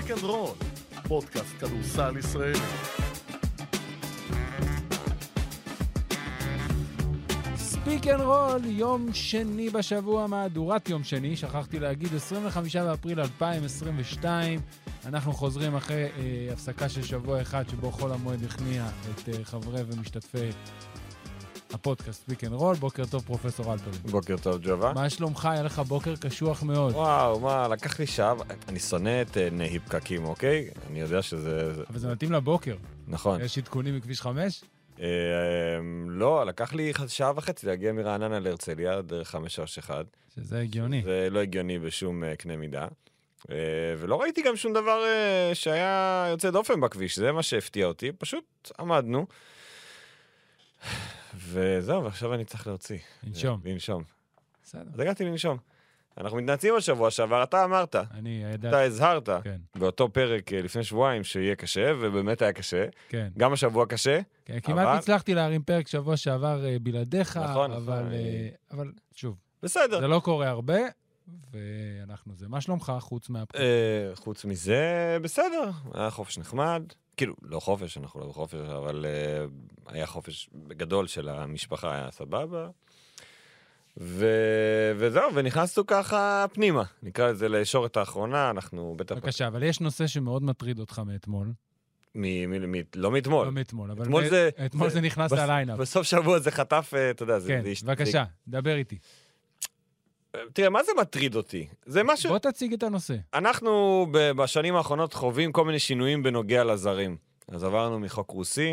ספיק אנד רול, פודקאסט כדורסל ישראלי. ספיק אנד רול, יום שני בשבוע, מהדורת יום שני, שכחתי להגיד, 25 באפריל 2022. אנחנו חוזרים אחרי הפסקה של שבוע אחד, שבו חול המועד הכניע את חברי ומשתתפי הפודקאסט ספיק אנד רול. בוקר טוב, פרופסור אלפרין. בוקר טוב, ג'ובה. מה שלומך? היה לך בוקר קשוח מאוד. וואו, מה, לקח לי שעה, אני שונא את נהי פקקים, אוקיי? אני יודע שזה... אבל זה מתאים לבוקר. נכון. יש עדכונים מכביש 5? לא, לקח לי שעה וחצי להגיע מרעננה להרצליה, דרך 531. שזה הגיוני. זה לא הגיוני בשום קנה מידה. ולא ראיתי גם שום דבר שהיה יוצא דופן בכביש, זה מה שהפתיע אותי, פשוט עמדנו. וזהו, ועכשיו אני צריך להוציא. לנשום. בסדר. אז הגעתי לנשום. אנחנו מתנצלים בשבוע שעבר, אתה אמרת. אתה הזהרת. כן. באותו פרק לפני שבועיים שיהיה קשה, ובאמת היה קשה. כן. גם השבוע קשה. כן, כמעט הצלחתי להרים פרק שבוע שעבר בלעדיך, נכון, אבל שוב. בסדר. זה לא קורה הרבה, ואנחנו זה. מה שלומך חוץ מהפרק? חוץ מזה, בסדר. היה חופש נחמד. כאילו, לא חופש, אנחנו לא בחופש, אבל היה חופש גדול של המשפחה, היה סבבה. וזהו, ונכנסנו ככה פנימה. נקרא לזה לישורת האחרונה, אנחנו בטח... בבקשה, אבל יש נושא שמאוד מטריד אותך מאתמול. לא מאתמול. לא מאתמול, אבל אתמול זה נכנס לליינאפ. בסוף שבוע זה חטף, אתה יודע, כן, בבקשה, דבר איתי. תראה, מה זה מטריד אותי? זה משהו... בוא תציג את הנושא. אנחנו בשנים האחרונות חווים כל מיני שינויים בנוגע לזרים. אז עברנו מחוק רוסי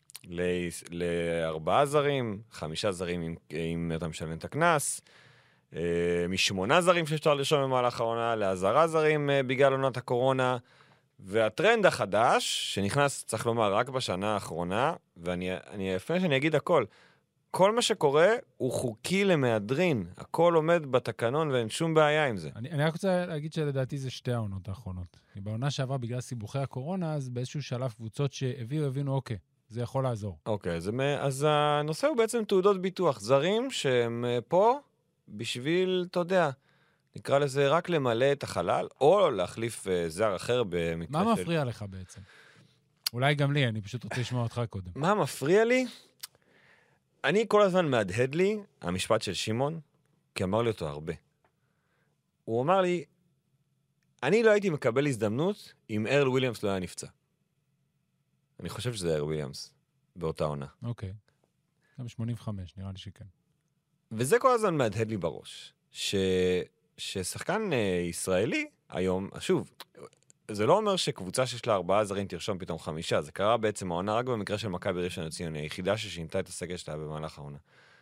ל4 זרים, 5 זרים אם אתה משלם את הכנס, מ8 זרים שאפשר לרשום במהלך העונה, ל10 זרים בגלל עונת הקורונה, והטרנד החדש, שנכנס, צריך לומר, רק בשנה האחרונה, לפני שאני אגיד הכל, כל מה שקורה הוא חוקי למהדרין, הכל עומד בתקנון ואין שום בעיה עם זה. אני רק רוצה להגיד שלדעתי זה 2 העונות האחרונות. בעונה שעברה בגלל סיבוכי הקורונה, אז באיזשהו שלב קבוצות הבינו, אוקיי, זה יכול לעזור. אוקיי, אז הנושא הוא בעצם תעודות ביטוח. זרים שהם פה בשביל, אתה יודע, נקרא לזה רק למלא את החלל, או להחליף זר אחר במקרה של... מה מפריע לך בעצם? אולי גם לי, אני פשוט רוצה לשמוע אותך קודם. מה מפריע לי? אני כל הזמן מהדהד לי המשפט של שימון, כי אמר לי אותו הרבה. הוא אמר לי, אני לא הייתי מקבל הזדמנות אם ארל וויליאמס לא היה נפצע. אני חושב שזה ארל וויליאמס באותה עונה. אוקיי. גם 85, נראה לי שכן. וזה כל הזמן מהדהד לי בראש. ששחקן ישראלי היום, שוב, זה לא אומר שקבוצה שיש לה 4 זרים תרשום פתאום 5, זה קרה בעצם העונה רק במקרה של מכבי ראשון לציון, היחידה ששינתה את הסגל שלה במהלך העונה.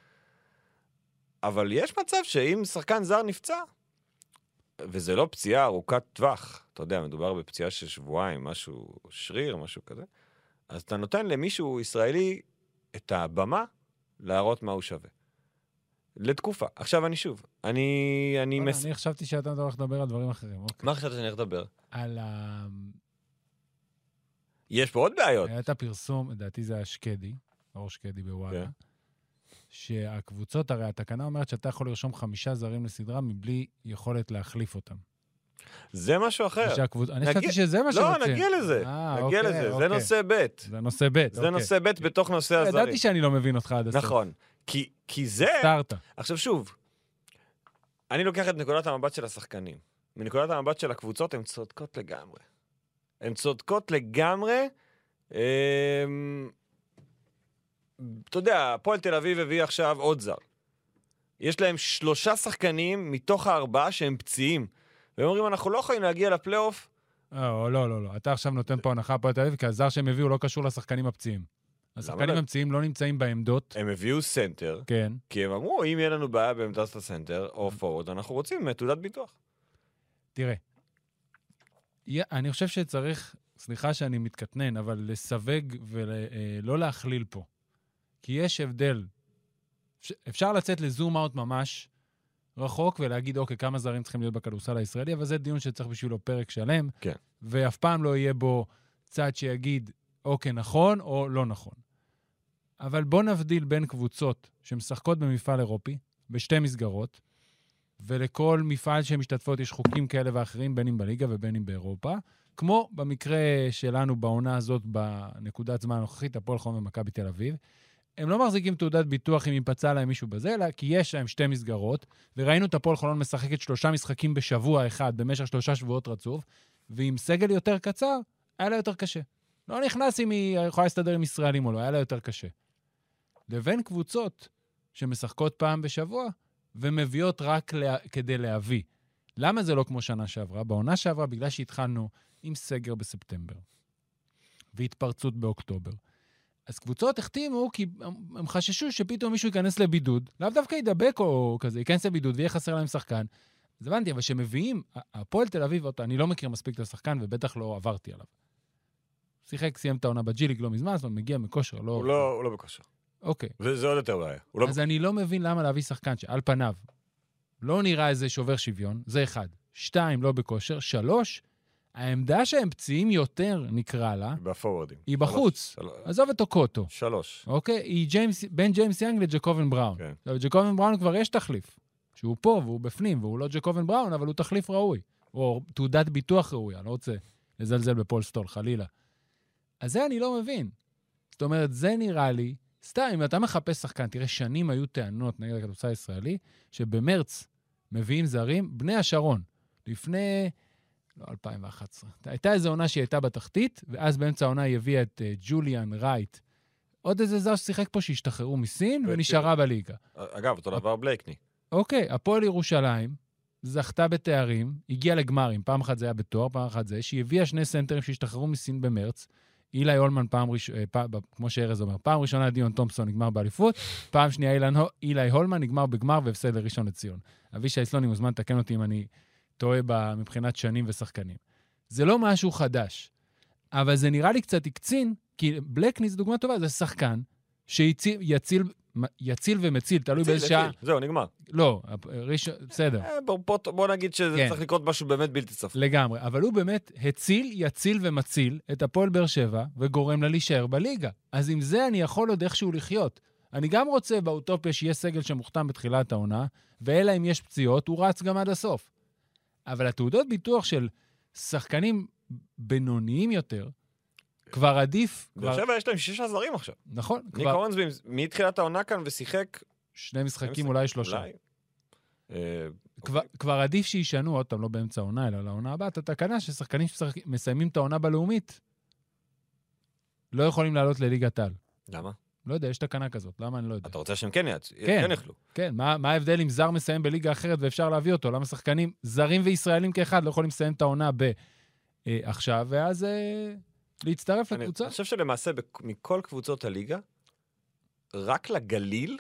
אבל יש מצב שאם שחקן זר נפצע, וזה לא פציעה ארוכת טווח, אתה יודע, מדובר בפציעה של שבועיים, משהו שריר, משהו כזה, אז אתה נותן למישהו ישראלי את הבמה להראות מה הוא שווה. לתקופה. עכשיו אני שוב, אני חשבתי שאתה הולך לדבר על דברים אחרים. מה חשבת שאני הולך לדבר? על יש פה עוד בעיות. היה את הפרסום, לדעתי זה השקדי, אור שקדי בוואלה, שהקבוצות, הרי התקנה אומרת שאתה יכול לרשום 5 זרים לסדרה מבלי יכולת להחליף אותם. זה משהו אחר. אני חשבתי שזה מה שרוצים. לא, נגיע לזה. נגיע לזה. זה נושא ב'. זה נושא ב'. זה נושא ב' בתוך נושא הזרים. ידעתי שאני לא מבין אותך עד הסוף. נכון. כי זה... סתרת. עכשיו שוב, אני לוקח את נקודת המבט של השחקנים. מנקודת המבט של הקבוצות, הן צודקות לגמרי. הן צודקות לגמרי. אתה יודע, הפועל תל אביב הביא עכשיו עוד זר. יש להם 3 שחקנים מתוך 4 שהם פציעים. והם אומרים, אנחנו לא יכולים להגיע לפלייאוף. לא. אתה עכשיו נותן פה הנחה הפועל תל אביב, כי הזר שהם הביאו לא קשור לשחקנים הפציעים. השחקנים הפציעים לא נמצאים בעמדות. הם הביאו סנטר. כן. כי הם אמרו, אם יהיה לנו בעיה בעמדת הסנטר, או פורד, אנחנו רוצים תעודת ביטוח. תראה, אני חושב שצריך, סליחה שאני מתקטנן, אבל לסווג ולא להכליל פה. כי יש הבדל. אפשר לצאת לזום אאוט ממש רחוק ולהגיד, אוקיי, כמה זרים צריכים להיות בכדורסל הישראלי, אבל זה דיון שצריך בשבילו פרק שלם. כן. ואף פעם לא יהיה בו צד שיגיד, אוקיי, נכון או לא נכון. אבל בוא נבדיל בין קבוצות שמשחקות במפעל אירופי, בשתי מסגרות, ולכל מפעל שמשתתפות יש חוקים כאלה ואחרים, בין אם בליגה ובין אם באירופה. כמו במקרה שלנו בעונה הזאת, בנקודת זמן הנוכחית, הפועל חולון ומכבי תל אביב. הם לא מחזיקים תעודת ביטוח אם ייפצע להם מישהו בזה, אלא כי יש להם 2 מסגרות, וראינו את הפועל חולון משחקת 3 משחקים בשבוע אחד, במשך 3 שבועות רצוף, ועם סגל יותר קצר, היה לה יותר קשה. לא נכנס אם היא יכולה להסתדר עם ישראלים או לא, היה לה יותר קשה. לבין קבוצות שמשחקות פעם בשבוע, ומביאות רק כדי להביא. למה זה לא כמו שנה שעברה? בעונה שעברה, בגלל שהתחלנו עם סגר בספטמבר, והתפרצות באוקטובר. אז קבוצות החתימו, כי הם חששו שפתאום מישהו ייכנס לבידוד, לאו דווקא ידבק או כזה, ייכנס לבידוד ויהיה חסר להם שחקן. אז הבנתי, אבל שמביאים, הפועל תל אביב, אני לא מכיר מספיק את השחקן, ובטח לא עברתי עליו. שיחק, סיים את העונה בג'יליג לא מזמן, אבל מגיע מכושר, לא... הוא לא בכושר. אוקיי. וזה עוד יותר בעיה. אז אני לא מבין למה להביא שחקן שעל פניו לא נראה איזה שובר שוויון, זה 1. 2, לא בכושר. 3, העמדה שהם פציעים יותר, נקרא לה, בפורורדים. היא בחוץ. עזוב את אוקוטו. 3. אוקיי? היא בין ג'יימס יאנג לג'קובן בראון. כן. לג'קובן בראון כבר יש תחליף. שהוא פה והוא בפנים, והוא לא ג'קובן בראון, אבל הוא תחליף ראוי. או תעודת ביטוח ראוי, אני לא רוצה לזלזל בפול סטול, חלילה. אז זה אני לא מבין. זאת אומרת, זה נראה לי, סתם, אם אתה מחפש שחקן, תראה, שנים היו טענות נגד הכדורסל הישראלי, שבמרץ מביאים זרים, בני השרון, לפני, לא 2011, הייתה איזו עונה שהיא הייתה בתחתית, ואז באמצע העונה היא הביאה את ג'וליאן רייט, עוד איזה זר ששיחק פה שהשתחררו מסין, ונשארה בליגה. אגב, אותו דבר בלייקני. אוקיי, הפועל ירושלים, זכתה בתארים, הגיעה לגמרים, פעם אחת זה היה בתואר, פעם אחת זה, שהיא הביאה 2 סנטרים שהשתחררו מסין במרץ, אילי הולמן כמו שארז אומר, פעם ראשונה דיון תומפסון נגמר באליפות, פעם שנייה אילי הולמן נגמר בגמר והפסד לראשון לציון. אבישי סלוני מוזמן לתקן אותי אם אני טועה מבחינת שנים ושחקנים. זה לא משהו חדש, אבל זה נראה לי קצת הקצין, כי בלקני זו דוגמה טובה, זה שחקן שיציל ומציל, תלוי באיזה שעה. זהו, נגמר. לא, בסדר. בוא נגיד שזה צריך לקרות משהו באמת בלתי צפוי. לגמרי, אבל הוא באמת יציל ומציל את הפועל באר שבע, וגורם לה להישאר בליגה. אז עם זה אני יכול עוד איכשהו לחיות. אני גם רוצה באוטופיה שיהיה סגל שמוכתם בתחילת העונה, ואלא אם יש פציעות, הוא רץ גם עד הסוף. אבל התעודות ביטוח של שחקנים בינוניים יותר, כבר עדיף... באר שבע יש להם 6 זרים עכשיו. נכון. ניק אורנסבי מתחילת העונה כאן ושיחק... 2 משחקים, אולי 3. כבר עדיף שישנו עוד פעם, לא באמצע העונה, אלא לעונה הבאה, את התקנה ששחקנים שמסיימים את העונה בלאומית, לא יכולים לעלות לליגת העל. למה? לא יודע, יש תקנה כזאת, למה אני לא יודע. אתה רוצה שהם כן יחלו? כן, מה ההבדל אם זר מסיים בליגה אחרת ואפשר להביא אותו? למה שחקנים זרים וישראלים כאחד לא יכולים לסיים את העונה עכשיו, ואז להצטרף לקבוצה? אני חושב שלמעשה מכל קבוצות הליגה, רק לגליל,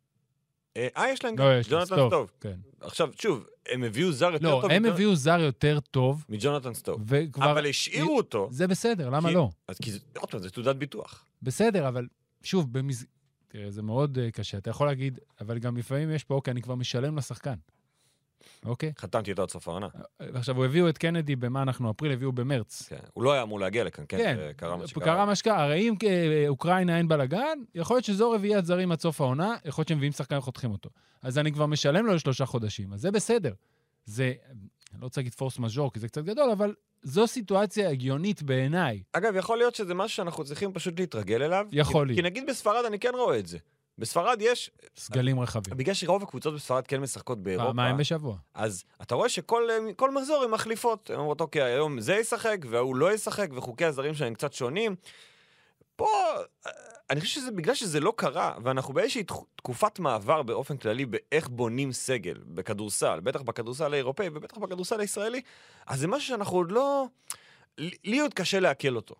יש להם ג'ונתן סטוב. עכשיו, שוב, הם הביאו זר יותר טוב. לא, הם הביאו זר יותר טוב. מג'ונתן סטוב. אבל השאירו אותו. זה בסדר, למה לא? אז כי זה תעודת ביטוח. בסדר, אבל שוב, תראה, זה מאוד קשה. אתה יכול להגיד, אבל גם לפעמים יש פה, אוקיי, אני כבר משלם לשחקן. אוקיי? חתמתי אותו עד סוף העונה. עכשיו, הוא הביאו את קנדי במה אנחנו אפריל, הביאו במרץ. כן, הוא לא היה אמור להגיע לכאן, כן? קרה מה שקרה. הרי אם אוקראינה אין בלגן, יכול להיות שזו רביעיית זרים עד סוף העונה, יכול להיות שהם מביאים שחקן וחותכים אותו. אז אני כבר משלם לו ל3 חודשים, אז זה בסדר. זה, אני לא רוצה להגיד פורס מז'ור, כי זה קצת גדול, אבל זו סיטואציה הגיונית בעיניי. אגב, יכול להיות שזה משהו שאנחנו צריכים פשוט להתרגל אליו. יכול להיות. כי נגיד בספרד אני כן רואה את זה. בספרד יש... סגלים רחבים. בגלל שרוב הקבוצות בספרד כן משחקות באירופה. פעמיים בשבוע. אז אתה רואה שכל מחזור הם מחליפות. הם אומרות, אוקיי, היום זה ישחק, והוא לא ישחק, וחוקי הזרים שלהם קצת שונים. פה, אני חושב שזה בגלל שזה לא קרה, ואנחנו באיזושהי תקופת מעבר באופן כללי, באיך בונים סגל בכדורסל, בטח בכדורסל האירופאי, ובטח בכדורסל הישראלי, אז זה משהו שאנחנו עוד לא... לי עוד קשה להקל אותו.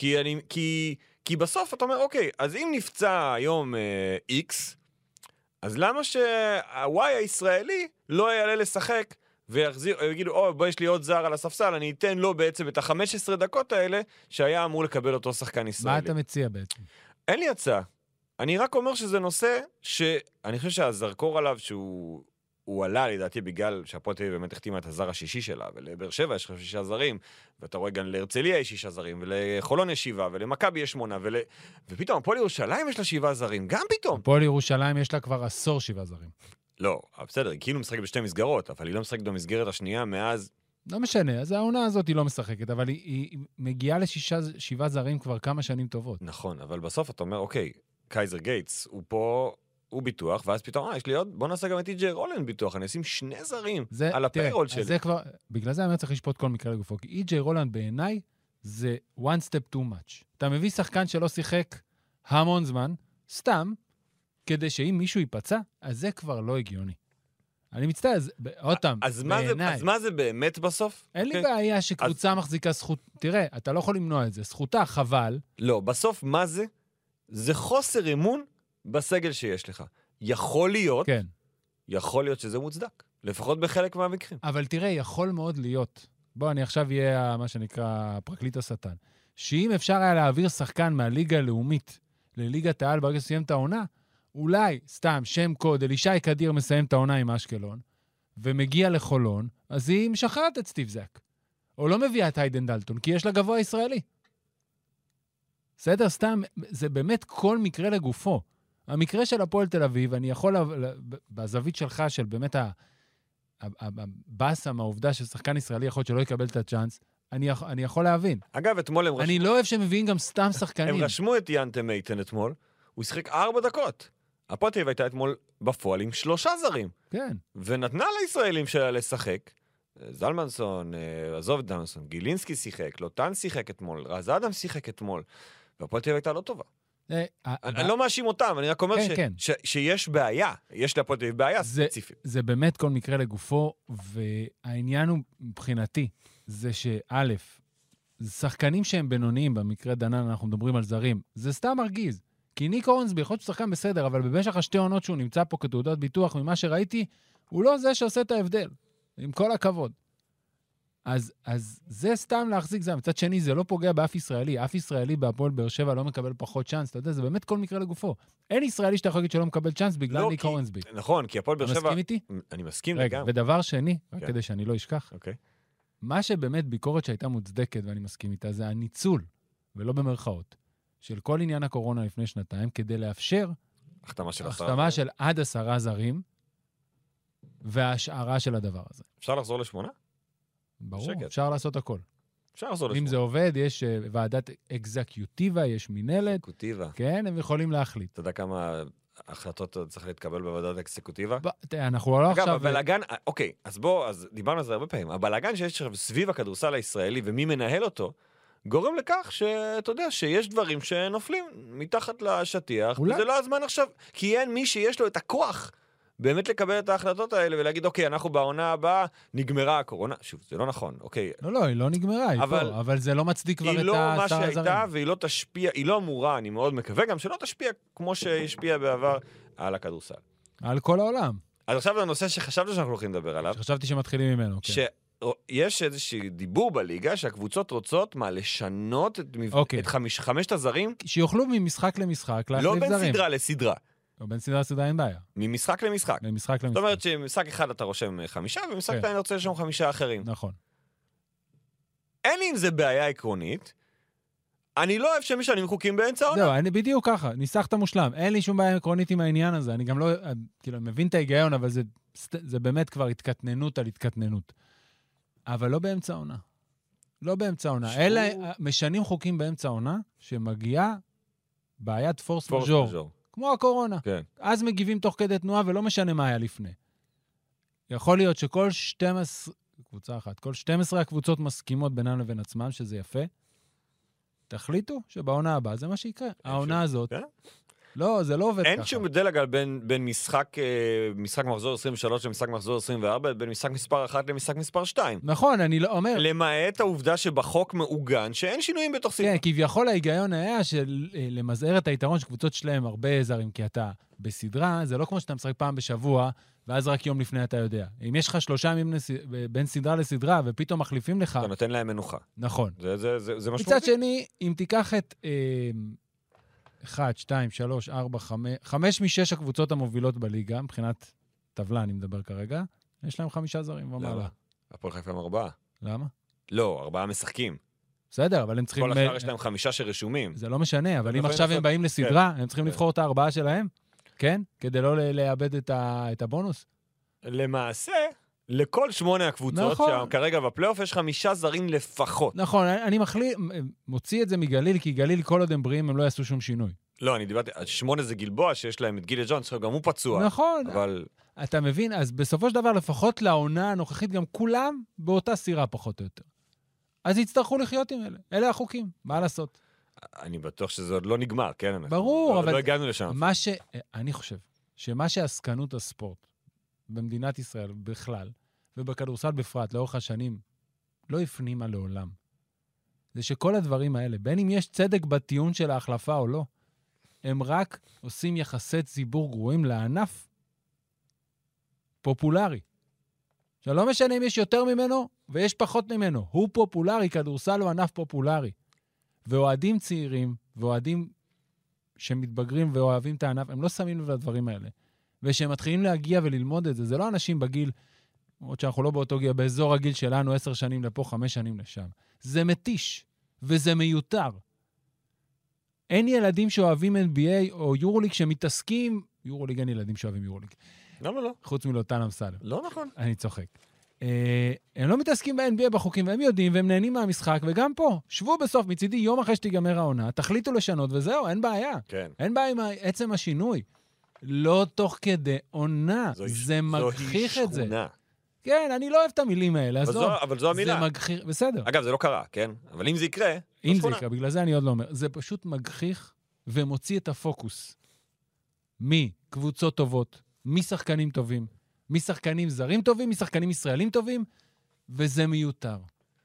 כי בסוף אתה אומר, אוקיי, אז אם נפצע היום X, אז למה שה-Y הישראלי לא יעלה לשחק ויגידו, בוא, יש לי עוד זר על הספסל, אני אתן לו בעצם את ה-15 דקות האלה שהיה אמור לקבל אותו שחקן ישראלי. מה אתה מציע בעצם? אין לי הצעה. אני רק אומר שזה נושא שאני חושב שהזרקור עליו הוא עלה לדעתי בגלל שהפועל תל אביב באמת החתימה את הזר השישי שלה, ולבאר שבע יש 6 זרים, ואתה רואה גם להרצליה יש 6 זרים, ולחולון יש 7, ולמכבי יש 8, ופתאום הפועל ירושלים יש לה 7 זרים, גם פתאום. הפועל ירושלים יש לה כבר 10 7 זרים. לא, בסדר, היא כאילו משחקת בשתי מסגרות, אבל היא לא משחקת במסגרת השנייה מאז... לא משנה, אז העונה הזאת היא לא משחקת, אבל היא מגיעה ל6-7 זרים כבר כמה שנים טובות. נכון, אבל בסוף אתה אומר, אוקיי, קייזר גייטס, הוא פה, הוא ביטוח, ואז פתאום, יש לי עוד, בוא נעשה גם את טי.ג'יי רולנד ביטוח, אני אשים 2 זרים על הפיירול שלי. זה כבר, בגלל זה אני צריך לשפוט כל מקרה לגופו, כי טי.ג'יי רולנד בעיניי זה one step too much. אתה מביא שחקן שלא שיחק המון זמן, סתם, כדי שאם מישהו ייפצע, אז זה כבר לא הגיוני. אני מצטער, עוד פעם, בעיניי. אז מה זה באמת בסוף? אין לי בעיה שקבוצה מחזיקה זכות, תראה, אתה לא יכול למנוע את זה, זכותה, חבל. לא, בסוף מה זה? זה חוסר אמון בסגל שיש לך. יכול להיות שזה מוצדק, לפחות בחלק מהמקרים. אבל תראה, יכול מאוד להיות, בוא, אני עכשיו אהיה מה שנקרא פרקליט השטן, שאם אפשר היה להעביר שחקן מהליגה הלאומית לליגת העל ברגע שסיים את העונה, אולי, סתם, שם קוד, אלישי קדיר מסיים את העונה עם אשקלון, ומגיע לחולון, אז היא משחררת את סטיב זק. או לא מביאה את היידן דלטון, כי יש לה גבוה ישראלי. בסדר, סתם, זה באמת כל מקרה לגופו. המקרה של הפועל תל אביב, אני יכול, בזווית שלך, של באמת הבאסה מהעובדה ששחקן ישראלי יכול שלא יקבל את הצ'אנס, אני יכול להבין. אגב, אתמול הם רשמו... אני לא אוהב שמביאים גם סתם שחקנים. הם רשמו את ינטה מייטן אתמול, הוא ישחק 4 דקות. הפועל תל אביב הייתה אתמול בפועל עם 3 זרים. כן. ונתנה לישראלים שלה לשחק. זלמנסון, עזוב את זלמנסון, גילינסקי שיחק, לוטן שיחק אתמול, רז אדם שיחק אתמול, והפועל תל אביב הייתה לא טובה. אני לא מאשים אותם, אני רק אומר שיש בעיה, יש להפועל תל אביב בעיה ספציפית. זה באמת כל מקרה לגופו, והעניין הוא מבחינתי, זה שא', שחקנים שהם בינוניים, במקרה דנן אנחנו מדברים על זרים, זה סתם מרגיז. כי ניק אורנסבי, יכול להיות ששחקן בסדר, אבל במשך 2 עונות שהוא נמצא פה כתעודת ביטוח, ממה שראיתי, הוא לא זה שעושה את ההבדל, עם כל הכבוד. אז זה סתם להחזיק זה. מצד שני, זה לא פוגע באף ישראלי. אף ישראלי בהפועל באר שבע לא מקבל פחות צ'אנס. אתה יודע, זה באמת כל מקרה לגופו. אין ישראלי שאתה יכול להגיד שלא מקבל צ'אנס בגלל ניק אורנסבי. נכון, כי הפועל באר שבע... אתה מסכים איתי? אני מסכים רגע, לגמרי. ודבר שני, רק כדי שאני לא אשכח, אוקיי. מה שבאמת ביקורת שהייתה מוצדקת, ואני מסכים איתה, זה הניצול, ולא במרכאות, של כל עניין הקורונה לפני 2 כדי לאפשר החתמה של עד 10 זרים, וההשערה של הדבר הזה. אפשר לחזור ל8? ברור, אפשר לעשות הכל. אפשר לעשות ל8. אם זה עובד, יש ועדת אקזקיוטיבה, יש מנהלת. אקזקוטיבה. כן, הם יכולים להחליט. אתה יודע כמה החלטות צריך להתקבל בוועדת אקזקוטיבה? אנחנו לא עכשיו... אגב, הבלגן, אוקיי, אז דיברנו על זה הרבה פעמים. הבלגן שיש עכשיו סביב הכדורסל הישראלי ומי מנהל אותו, גורם לכך שאתה יודע שיש דברים שנופלים מתחת לשטיח, וזה לא הזמן עכשיו, כי אין מי שיש לו את הכוח באמת לקבל את ההחלטות האלה ולהגיד, אוקיי, אנחנו בעונה הבאה, נגמרה הקורונה. שוב, זה לא נכון, אוקיי. לא, היא לא נגמרה, היא פה, אבל זה לא מצדיק כבר את היא לא מה השר הזרים. שהייתה, והיא לא תשפיע, היא לא אמורה, אני מאוד מקווה גם שלא תשפיע כמו שהשפיע בעבר על הכדורסל. על כל העולם. אז עכשיו הנושא שחשבתי שאנחנו הולכים לדבר עליו. שחשבתי שמתחילים ממנו, כן. יש איזשהו דיבור בליגה שהקבוצות רוצות לשנות את 5 הזרים. שיוכלו ממשחק למשחק להחליף זרים. לא בין סדרה לסדרה. לא בין סדרה לסדרה אין בעיה. ממשחק למשחק. זאת אומרת שמשחק אחד אתה רושם 5, ומשחק אתה רוצה לשם 5 אחרים. נכון. אין לי עם זה בעיה עקרונית. אני לא אוהב שמשנים חוקים באמצע העונה. זהו, אני בדיוק ככה, ניסחת מושלם. אין לי שום בעיה עקרונית עם העניין הזה. אני גם לא, כאילו, מבין את ההיגיון, אבל זה באמת כבר התקטננות על התקטננות. אבל לא באמצע העונה. לא באמצע העונה. אלא משנים חוקים באמצע העונה, שמגיעה בעיית פורס מז'ור. כמו הקורונה. כן. אז מגיבים תוך כדי תנועה, ולא משנה מה היה לפני. יכול להיות שכל 12, קבוצה אחת, כל 12 הקבוצות מסכימות בינן לבין עצמם, שזה יפה. תחליטו שבעונה הבאה זה מה שיקרה. העונה הזאת, לא, זה לא עובד ככה. אין שום הבדל אגב בין משחק מחזור 23 למשחק מחזור 24, בין משחק מספר 1 למשחק מספר 2. נכון, אני לא אומר... למעט העובדה שבחוק מעוגן שאין שינויים בתוך סדרה. כן, כביכול ההיגיון היה של למזער את היתרון שקבוצות שלהם הרבה זרים, כי אתה בסדרה, זה לא כמו שאתה משחק פעם בשבוע, ואז רק יום לפני אתה יודע. אם יש לך 3 ימים בין סדרה לסדרה, ופתאום מחליפים לך... אתה נותן להם מנוחה. נכון. זה משמעותי. מצד שני, אם תיקח את 1, 2, 3, 4, 5 מ-6 הקבוצות המובילות בליגה, מבחינת טבלה, אני מדבר כרגע, יש להם 5 זרים ומעלה. הפועל חיפה הם 4. למה? לא, 4 משחקים. בסדר, אבל הם צריכים... כל השאר יש להם 5 שרשומים. זה לא משנה, אבל אם עכשיו הם באים לסדרה, הם צריכים לבחור את 4 שלהם? כן? כדי לא לאבד את הבונוס. למעשה, לכל 8 הקבוצות, נכון. כרגע בפלייאוף יש 5 זרים לפחות. נכון, אני מוציא את זה מגליל, כי גליל כל עוד הם בריאים, הם לא יעשו שום שינוי. לא, אני דיברתי, 8 זה גלבוע, שיש להם את גילי ג'ונס, גם הוא פצוע. נכון. אבל... אתה מבין? אז בסופו של דבר, לפחות לעונה הנוכחית, גם כולם באותה סירה פחות או יותר. אז יצטרכו לחיות עם אלה. אלה החוקים, מה לעשות? אני בטוח שזה עוד לא נגמר, כן? ברור, אבל... לא הגענו לשם. אני חושב שמה שעסקנות הספורט במדינת ישראל בכלל, ובכדורסל בפרט, לאורך השנים, לא הפנימה לעולם. זה שכל הדברים האלה, בין אם יש צדק בטיעון של ההחלפה או לא, הם רק עושים יחסי ציבור גרועים לענף פופולרי. עכשיו, לא משנה אם יש יותר ממנו ויש פחות ממנו. הוא פופולרי, כדורסל הוא ענף פופולרי. ואוהדים צעירים, ואוהדים שמתבגרים ואוהבים את הענף, הם לא שמים לב לדברים האלה. ושהם מתחילים להגיע וללמוד את זה. זה לא אנשים בגיל, עוד שאנחנו לא באותו גיל, באזור הגיל שלנו 10 שנים לפה, 5 שנים לשם. זה מתיש, וזה מיותר. אין ילדים שאוהבים NBA או יורוליג שמתעסקים, יורוליג אין ילדים שאוהבים יורוליג. לא. חוץ מלוטן אמסלם. לא נכון. אני צוחק. הם לא מתעסקים ב-NBA בחוקים, והם יודעים, והם נהנים מהמשחק, וגם פה, שבו בסוף, מצידי יום אחרי שתיגמר העונה, תחליטו לשנות, וזהו, אין בעיה. כן. אין בעיה עם עצם השינוי. לא תוך כדי עונה. זה מגחיך את זה. שכונה. כן, אני לא אוהב את המילים האלה. אבל זו המילה. זה מגחיך, בסדר. אגב, זה לא קרה, כן? אבל אם זה יקרה, אם זה יקרה, בגלל זה אני עוד לא אומר. זה פשוט מגחיך ומוציא את הפוקוס מקבוצות טובות, משחקנים טובים, משחקנים זרים טובים, משחקנים ישראלים טובים, וזה מיותר.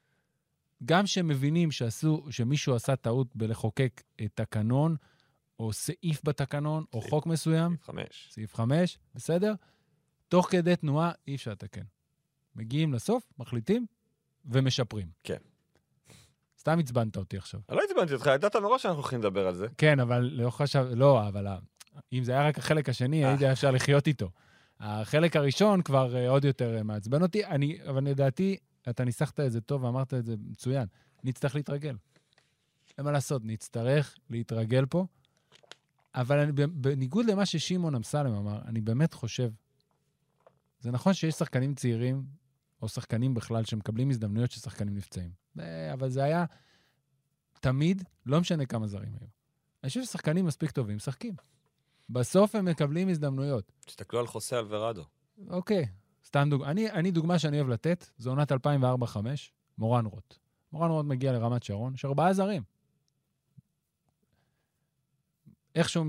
גם שמבינים שמישהו עשה טעות בלחוקק תקנון, או סעיף בתקנון, או חוק מסוים. סעיף 5, בסדר? תוך כדי תנועה אי אפשר לתקן. מגיעים לסוף, מחליטים, ומשפרים. כן. סתם הצבנת אותי עכשיו. לא הצבנתי אותך, ידעת מראש שאנחנו הולכים לדבר על זה. כן, אבל לא חשב, לא, אבל אם זה היה רק החלק השני, הייתי אפשר לחיות איתו. החלק הראשון כבר עוד יותר מעצבן אותי, אבל לדעתי, אתה ניסחת את זה טוב ואמרת את זה מצוין. נצטרך להתרגל. אין מה לעשות, נצטרך להתרגל פה, אבל בניגוד למה ששימון אמסלם אמר, אני באמת חושב, זה נכון שיש שחקנים צעירים, או שחקנים בכלל, שמקבלים הזדמנויות ששחקנים נפצעים. אבל זה היה תמיד, לא משנה כמה זרים היו. אני חושב ששחקנים מספיק טובים, משחקים. בסוף הם מקבלים הזדמנויות. תסתכלו על חוסה אלוורדו. אוקיי, סתם דוגמה. אני דוגמה שאני אוהב לתת, זו עונת 2004-2005, מורן רוט. מורן רוט מגיע לרמת שרון, יש 4 זרים. איכשהו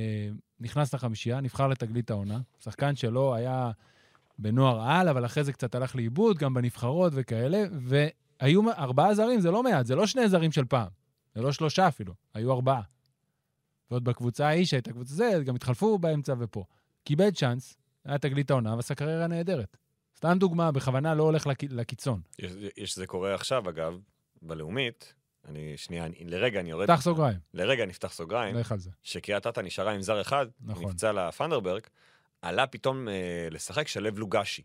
נכנס לחמישייה, נבחר לתגלית העונה. שחקן שלו היה בנוער על, אבל אחרי זה קצת הלך לאיבוד, גם בנבחרות וכאלה, והיו 4 זרים, זה לא מעט, זה לא 2 זרים של פעם. זה לא 3 אפילו, היו 4. ועוד בקבוצה ההיא שהייתה קבוצה זה, גם התחלפו באמצע ופה. קיבל צ'אנס, היה תגלית העונה, ועשה קריירה נהדרת. סתם דוגמה, בכוונה לא הולך לקיצון. זה קורה עכשיו, אגב, בלאומית, לרגע אני יורד... פתח סוגריים. לרגע נפתח סוגריים. לך על זה. שקריית אתא נשארה עם זר אחד, נפצע לפנדרברג, עלה פתאום לשחק שלב לוגשי.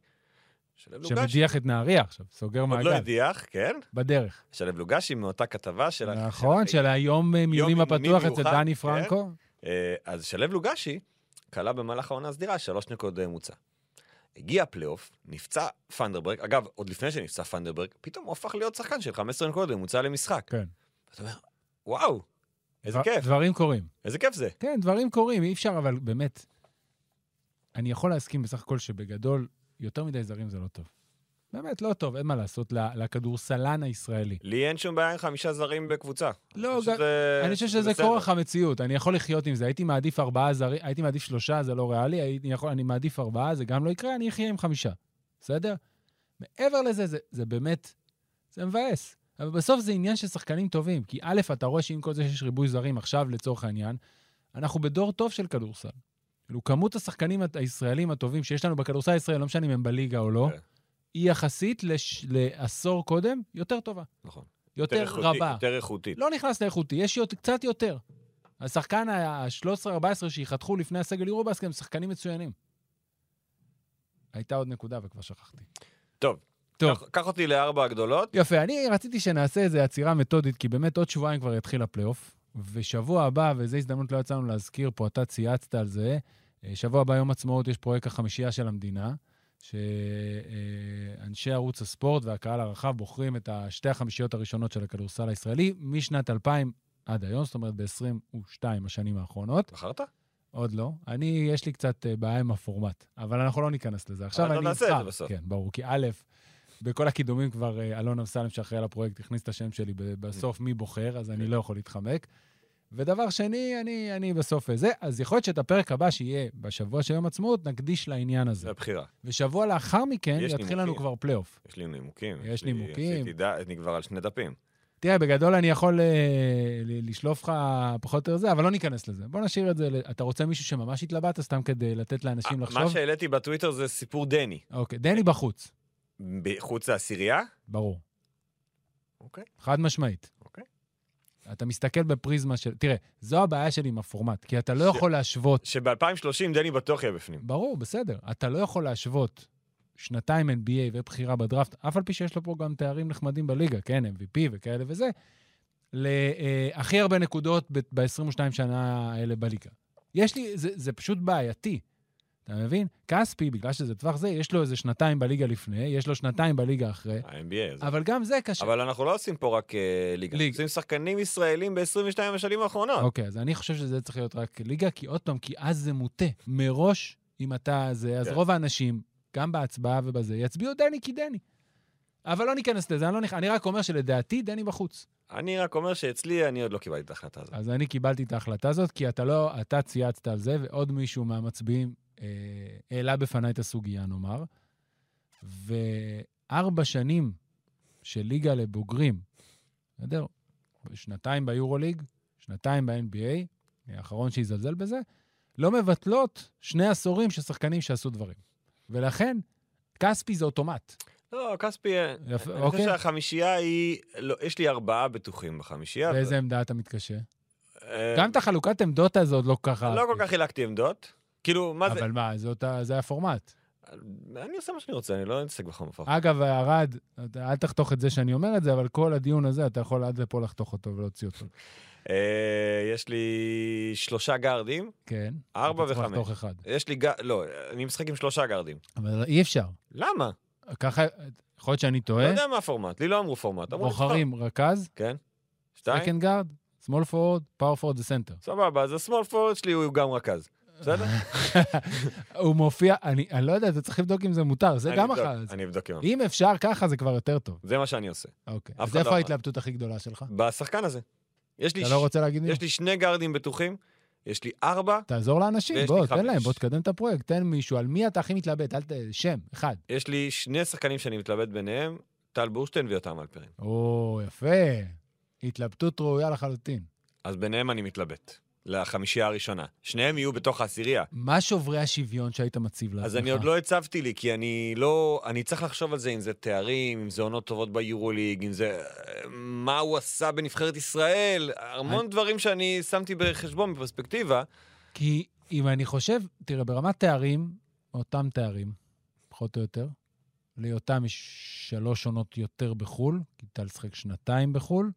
שמדיח את נהריה עכשיו, סוגר מעגל. עוד לא הדיח, כן? בדרך. שלב לוגשי מאותה כתבה של... נכון, של היום מיונים הפתוח אצל דני פרנקו. אז שלב לוגשי קלה במהלך העונה הסדירה 3 נקודות ממוצע. הגיע פלייאוף, נפצע פנדרברג, אגב, עוד לפני שנפצע פנדרברג, פתאום הוא הפך להיות שחקן של 15 נקודות ממוצע למשחק. כן. אתה אומר, וואו, איזה כיף. דברים קורים. איזה כיף זה. כן, דברים קורים, אי אפשר, אבל באמת, אני יכול להסכים בסך הכל שבגדול, יותר מדי זרים זה לא טוב. באמת לא טוב, אין מה לעשות לכדורסלן הישראלי. לי אין שום בעיה עם 5 זרים בקבוצה. לא, אני חושב שזה כורח המציאות, אני יכול לחיות עם זה. הייתי מעדיף 4 זרים, הייתי מעדיף 3, זה לא ריאלי, אני מעדיף 4, זה גם לא יקרה, אני אחיה עם 5. בסדר? מעבר לזה, זה באמת, זה מבאס. אבל בסוף זה עניין של שחקנים טובים, כי א', אתה רואה שעם כל זה שיש ריבוי זרים עכשיו לצורך העניין, אנחנו בדור טוב של כדורסל. כמות השחקנים הישראלים הטובים שיש לנו בכדורסל הישראלי, לא משנה אם הם בליגה או לא, היא יחסית לעשור קודם יותר טובה. נכון. יותר רבה. יותר איכותית. לא נכנס לאיכותי, יש קצת יותר. השחקן ה-13-14 שיחתכו לפני הסגל יורובסקט הם שחקנים מצוינים. הייתה עוד נקודה וכבר שכחתי. טוב. קח אותי ל4 הגדולות. יפה, אני רציתי שנעשה איזו עצירה מתודית, כי באמת עוד שבועיים כבר יתחיל הפלייאוף, ושבוע הבא, וזו הזדמנות לא יצאנו להזכיר פה, אתה צייצת על זה, שבוע הבא יום עצמאות יש פרויקט החמישייה של המדינה, שאנשי ערוץ הספורט והקהל הרחב בוחרים את שתי החמישיות הראשונות של הכדורסל הישראלי, משנת 2000 עד היום, זאת אומרת ב-22 השנים האחרונות. בחרת? עוד לא. יש לי קצת בעיה עם הפורמט, אבל אנחנו לא ניכנס לזה. עכשיו אני נעשה את זה בסוף. כן, ברור, כי א', בכל הקידומים כבר אלון אמסלם שאחראי על הפרויקט הכניס את השם שלי בסוף מי בוחר, אז אני לא יכול להתחמק. ודבר שני, אני בסוף זה, אז יכול להיות שאת הפרק הבא שיהיה בשבוע של יום עצמאות, נקדיש לעניין הזה. זה הבחירה. ושבוע לאחר מכן יתחיל לנו כבר פלייאוף. יש לי נימוקים. יש נימוקים. אני כבר על 2 דפים. תראה, בגדול אני יכול לשלוף לך פחות או יותר זה, אבל לא ניכנס לזה. בוא נשאיר את זה. אתה רוצה מישהו שממש התלבט, סתם כדי לתת לאנשים לחשוב? מה שהעליתי בטוויטר זה סיפור דני. אוקיי, דני בחוץ. בחוץ העשירייה? ברור. אוקיי. חד משמעית. אוקיי. אתה מסתכל בפריזמה של... תראה, זו הבעיה שלי עם הפורמט, כי אתה לא יכול להשוות... שב-2030 דני בטוח יהיה בפנים. ברור, בסדר. אתה לא יכול להשוות 2 NBA ובחירה בדראפט, אף על פי שיש לו פה גם תארים נחמדים בליגה, כן, MVP וכאלה וזה, להכי הרבה נקודות ב-22 שנה האלה בליגה. זה פשוט בעייתי. אתה מבין? כספי, בגלל שזה טווח זה, יש לו איזה 2 בליגה לפני, יש לו 2 בליגה אחרי. ה-NBA. אבל גם זה קשה. אבל אנחנו לא עושים פה רק ליגה. אנחנו עושים שחקנים ישראלים ב-22 השנים האחרונות. אוקיי, אז אני חושב שזה צריך להיות רק ליגה, כי עוד פעם, כי אז זה מוטה. מראש, אם אתה זה, אז רוב האנשים, גם בהצבעה ובזה, יצביעו דני כי דני. אבל לא ניכנס לזה, אני רק אומר שלדעתי דני בחוץ. אני רק אומר שאצלי אני עוד לא קיבלתי את ההחלטה הזאת. אז אני קיבלתי את ההחלטה הזאת, כי אתה צייצת על זה, ועוד מישהו מהמצביעים העלה בפני את הסוגיה, נאמר. 4 שנים של ליגה לבוגרים, בסדר? 2 ביורוליג, 2 ב-NBA, האחרון שיזלזל בזה, לא מבטלות 2 עשורים של שחקנים שעשו דברים. ולכן, כספי זה אוטומט. לא, כספי, אני חושב שהחמישייה היא, יש לי 4 בטוחים בחמישייה. באיזה עמדה אתה מתקשה? גם את החלוקת עמדות הזאת לא ככה... לא כל כך חילקתי עמדות. כאילו, מה זה... אבל מה, זה הפורמט. אני עושה מה שאני רוצה, אני לא נתעסק בכל מפורט. אגב, הרד, אל תחתוך את זה שאני אומר את זה, אבל כל הדיון הזה, אתה יכול עד לפה לחתוך אותו ולהוציא אותו. יש לי 3 גארדים. כן. 4 ו5. אתה צריך לחתוך 1. יש לי לא, אני משחק עם 3 גארדים. אבל אי אפשר. למה? ככה, יכול להיות שאני טועה. לא יודע מה הפורמט, לי לא אמרו פורמט. בוחרים רכז. כן. 2. סקנד גארד, סמול פורד, פאור פורד וסנטר. סבבה, אז הסמול פורד שלי הוא גם רכז. בסדר? הוא מופיע, אני לא יודע, אתה צריך לבדוק אם זה מותר, זה גם אחר. אני אבדוק עם. אם אפשר ככה, זה כבר יותר טוב. זה מה שאני עושה. אוקיי. אז איפה ההתלבטות הכי גדולה שלך? בשחקן הזה. אתה לא רוצה להגיד לי? יש לי 2 גארדים בטוחים, יש לי 4. תעזור לאנשים, בוא, תן להם, בוא תקדם את הפרויקט, תן מישהו, על מי אתה הכי מתלבט, שם, 1. יש לי 2 שחקנים שאני מתלבט ביניהם, טל בורשטיין ויותם אלפרין. או, יפה. התלבטות ראויה לחלוטין. אז ביניהם אני מתלבט. לחמישייה הראשונה. שניהם יהיו בתוך העשירייה. מה שוברי השוויון שהיית מציב לעצמך? אז אני עוד לא הצבתי לי, כי אני צריך לחשוב על זה, אם זה תארים, אם זה עונות טובות ביורוליג, אם זה מה הוא עשה בנבחרת ישראל, המון דברים שאני שמתי בחשבון בפרספקטיבה. כי אם אני חושב, תראה, ברמת תארים, אותם תארים, פחות או יותר, ליותם יש 3 עונות יותר בחול, כי טל שחק 2 בחול,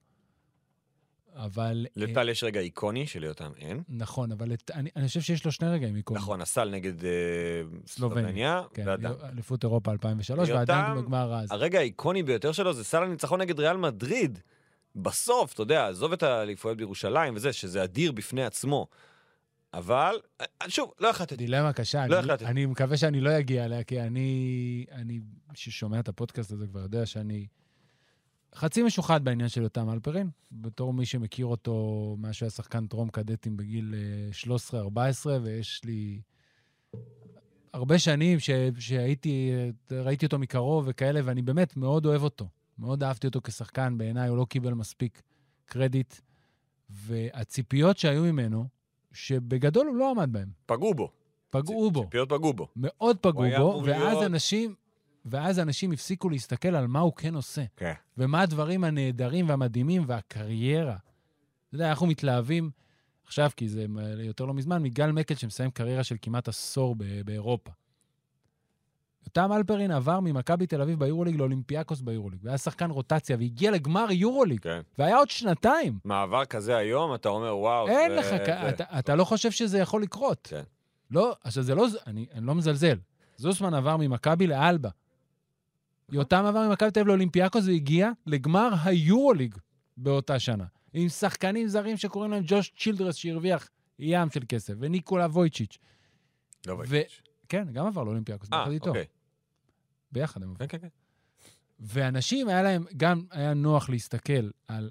אבל... לטל יש רגע איקוני, שליותם אין. נכון, אבל אני חושב שיש לו 2 רגעים איקוני. נכון, הסל נגד סלובניה, ואדם. אליפות אירופה 2003, ואדם בגמר אז. הרגע האיקוני ביותר שלו זה סל הניצחון נגד ריאל מדריד. בסוף, אתה יודע, עזוב את האליפויות בירושלים וזה, שזה אדיר בפני עצמו. אבל, שוב, לא החלטתי. דילמה קשה. אני מקווה שאני לא אגיע אליה, כי אני ששומע את הפודקאסט הזה כבר יודע שאני חצי משוחד בעניין של יותם אלפרין, בתור מי שמכיר אותו, משהו היה שחקן טרום קדטים בגיל 13-14, ויש לי הרבה שנים ראיתי אותו מקרוב וכאלה, ואני באמת מאוד אוהב אותו. מאוד אהבתי אותו כשחקן, בעיניי הוא לא קיבל מספיק קרדיט, והציפיות שהיו ממנו, שבגדול הוא לא עמד בהם. פגעו בו. ציפיות פגעו בו. מאוד פגעו בו, ואז אנשים הפסיקו להסתכל על מה הוא כן עושה. כן. ומה הדברים הנהדרים והמדהימים והקריירה. אתה יודע, אנחנו מתלהבים, עכשיו, כי זה יותר לא מזמן, מגל מקל שמסיים קריירה של כמעט עשור באירופה. יותם אלפרין עבר ממכבי תל אביב ביורוליג לאולימפיאקוס ביורוליג, והיה שחקן רוטציה, והגיע לגמר יורוליג, כן. והיה עוד 2. מעבר כזה היום, אתה אומר, וואו. אין לך, אתה לא חושב שזה יכול לקרות. כן. לא, עכשיו זה לא, אני לא מזלזל. זוסמן עבר ממכבי לאלבה. יותם עבר ממכבי תל אביב לאולימפיאקוס, והגיע לגמר היורוליג באותה שנה. עם שחקנים זרים שקוראים להם ג'וש צ'ילדרס, שהרוויח ים של כסף, וניקולה וויצ'יץ'. לא וויצ'יץ'. כן, גם עבר לאולימפיאקוס, ביחד איתו. אוקיי. ביחד הם עברו. כן, כן. ואנשים, היה להם, גם היה נוח להסתכל על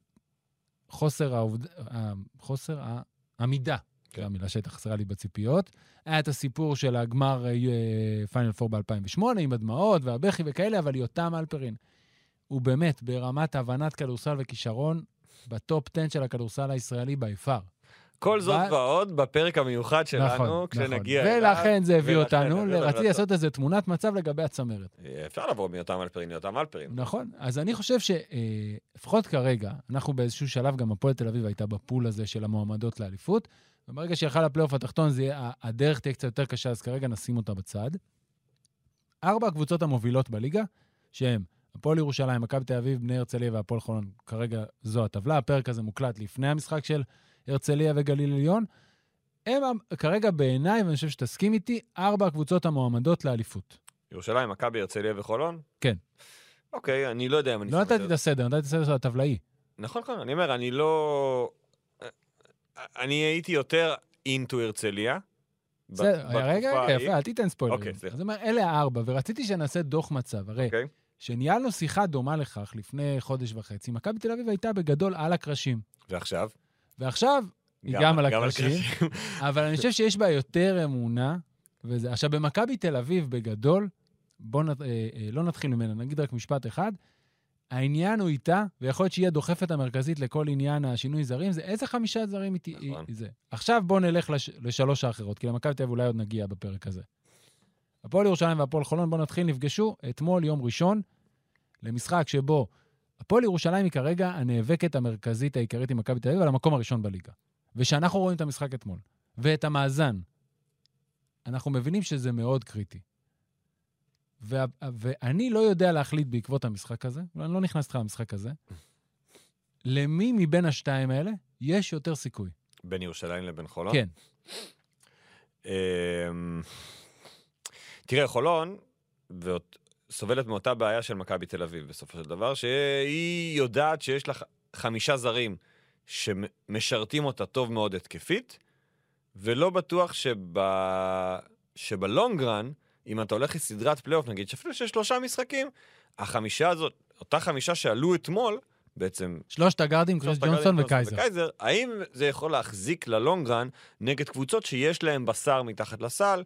חוסר העמידה, זו המילה שהייתה חסרה לי בציפיות. היה את הסיפור של הגמר פיינל 4 ב-2008, עם הדמעות והבכי וכאלה, אבל יותם אלפרין, הוא באמת, ברמת הבנת כדורסל וכישרון, בטופ 10 של הכדורסל הישראלי ביפר. כל זאת ועוד בפרק המיוחד שלנו, כשנגיע אליו. ולכן זה הביא אותנו, רציתי לעשות איזו תמונת מצב לגבי הצמרת. אפשר לעבור מיותם אלפרין, יותם אלפרין. נכון, אז אני חושב שלפחות כרגע, אנחנו באיזשהו שלב, גם הפועל תל אביב הייתה בפול הזה של המועמדות לאליפות, וברגע שיחל הפלייאוף התחתון, הדרך תהיה קצת יותר קשה, אז כרגע נשים אותה בצד. 4 הקבוצות המובילות בליגה, שהם הפועל ירושלים, מכבי תל אביב, בני הרצליה והפועל חולון, כרגע זו הטבלה, הפרק הזה מוקלט לפני המשחק של הרצליה וגליל עליון, הם כרגע בעיניי, ואני חושב שתסכים איתי, 4 הקבוצות המועמדות לאליפות. ירושלים, מכבי, הרצליה וחולון? כן. אוקיי, אני לא יודע אם אני... לא נתתי את הסדר, נתתי את הסדר של הטבלאי. נכון, אני אומר, אני לא... אני הייתי יותר אינטו הרצליה. רגע, יפה, אל תיתן ספוילרים. אוקיי, סליחה. אז אומר, אלה 4, ורציתי שנעשה דוח מצב. הרי, שניהלנו שיחה דומה לכך לפני חודש וחצי, מכבי תל אביב הייתה בגדול על הקרשים. ועכשיו, היא גם על הקרשים, אבל אני חושב שיש בה יותר אמונה, וזה. עכשיו, במכבי תל אביב בגדול, בואו לא נתחיל ממנה, נגיד רק משפט אחד, העניין הוא איתה, ויכול להיות שהיא הדוחפת המרכזית לכל עניין השינוי זרים, זה איזה 5 זרים זה. עכשיו בואו נלך ל3 האחרות, כי למכבי תל אביב אולי עוד נגיע בפרק הזה. הפועל ירושלים והפועל חולון, בואו נתחיל, נפגשו אתמול יום ראשון, למשחק שבו הפועל ירושלים היא כרגע הנאבקת המרכזית העיקרית עם מכבי תל אביב, על המקום הראשון בליגה. ושאנחנו רואים את המשחק אתמול, ואת המאזן, אנחנו מבינים שזה מאוד קריטי. ואני לא יודע להחליט בעקבות המשחק הזה, אני לא נכנס לך למשחק הזה, למי מבין השתיים האלה יש יותר סיכוי? בין ירושלים לבין חולון? כן. תראה, חולון, סובלת מאותה בעיה של מכבי תל אביב, בסופו של דבר, שהיא יודעת שיש לה 5 זרים שמשרתים אותה טוב מאוד התקפית, ולא בטוח שבלונגרן, אם אתה הולך לסדרת פלייאוף, נגיד שאפילו שיש 3 משחקים, 5 הזאת, אותה 5 שעלו אתמול, בעצם... 3 הגארדים, קריס ג'ונסון וקייזר. האם זה יכול להחזיק ללונגרן נגד קבוצות שיש להם בשר מתחת לסל,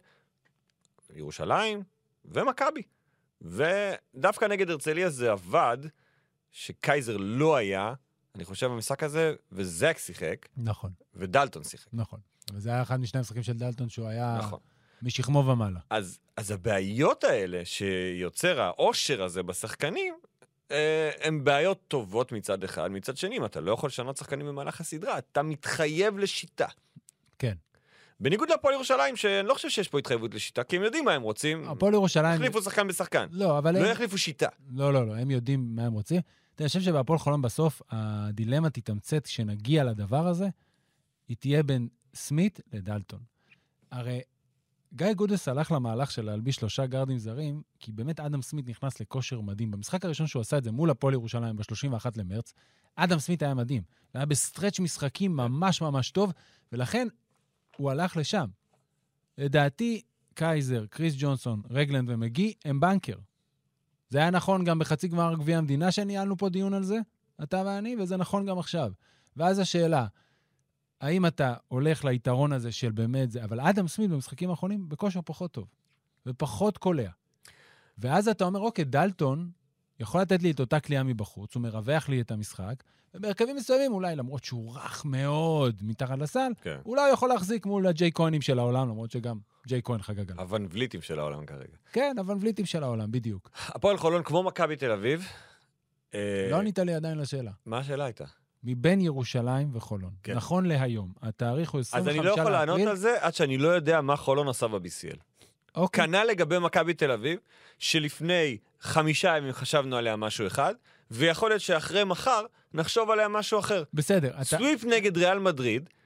ירושלים ומכבי. ודווקא נגד הרצליה זה עבד, שקייזר לא היה, אני חושב במשחק הזה, וזק שיחק. נכון. ודלטון שיחק. נכון. וזה היה אחד משני המשחקים של דלטון, שהוא היה... נכון. משכמו ומעלה. אז הבעיות האלה שיוצר העושר הזה בשחקנים, הן בעיות טובות מצד אחד. מצד שני, אם אתה לא יכול לשנות שחקנים במהלך הסדרה, אתה מתחייב לשיטה. כן. בניגוד להפועל ירושלים, שאני לא חושב שיש פה התחייבות לשיטה, כי הם יודעים מה הם רוצים. הפועל ירושלים... יחליפו שחקן בשחקן. לא, אבל... לא יחליפו שיטה. לא, הם יודעים מה הם רוצים. אני חושב שבהפועל חולון בסוף, הדילמה תתמצת כשנגיע לדבר הזה, היא תהיה בין סמית לדלטון. הרי גיא גודס הלך למהלך של להלביש 3 גארדים זרים, כי באמת אדם סמית נכנס לכושר מדהים. במשחק הראשון שהוא עשה את זה מול הפועל ירושלים ב-31 למרץ, אדם סמית היה מדהים. הוא היה בסטרץ' משחקים ממש ממש טוב, ולכן הוא הלך לשם. לדעתי, קייזר, קריס ג'ונסון, רגלנד ומגי הם בנקר. זה היה נכון גם בחצי גמר גביע המדינה שניהלנו פה דיון על זה, אתה ואני, וזה נכון גם עכשיו. ואז השאלה, האם אתה הולך ליתרון הזה של באמת זה, אבל אדם סמית במשחקים האחרונים בכושר פחות טוב, ופחות קולע. ואז אתה אומר, אוקיי, דלטון יכול לתת לי את אותה קליעה מבחוץ, הוא מרווח לי את המשחק, ובהרכבים מסוימים אולי, למרות שהוא רך מאוד מתחת לסל, כן. אולי הוא יכול להחזיק מול הג'יי כהנים של העולם, למרות שגם ג'יי כהן חגג עליו. אבן וליטים של העולם כרגע. כן, אבן וליטים של העולם, בדיוק. הפועל חולון כמו מכבי תל אביב. לא ענית לי עדיין לשאלה. מה השאלה הייתה? מבין ירושלים וחולון. כן. נכון להיום. התאריך הוא 25 אז אני לא יכול לענות על זה עד שאני לא יודע מה חולון עשה ב-BCL. אוקיי. כנ"ל לגבי מכבי תל אביב, שלפני 5 ימים חשבנו עליה משהו אחד, ויכול להיות שאחרי מחר נחשוב עליה משהו אחר. בסדר. סוויפ נגד ריאל מדריד,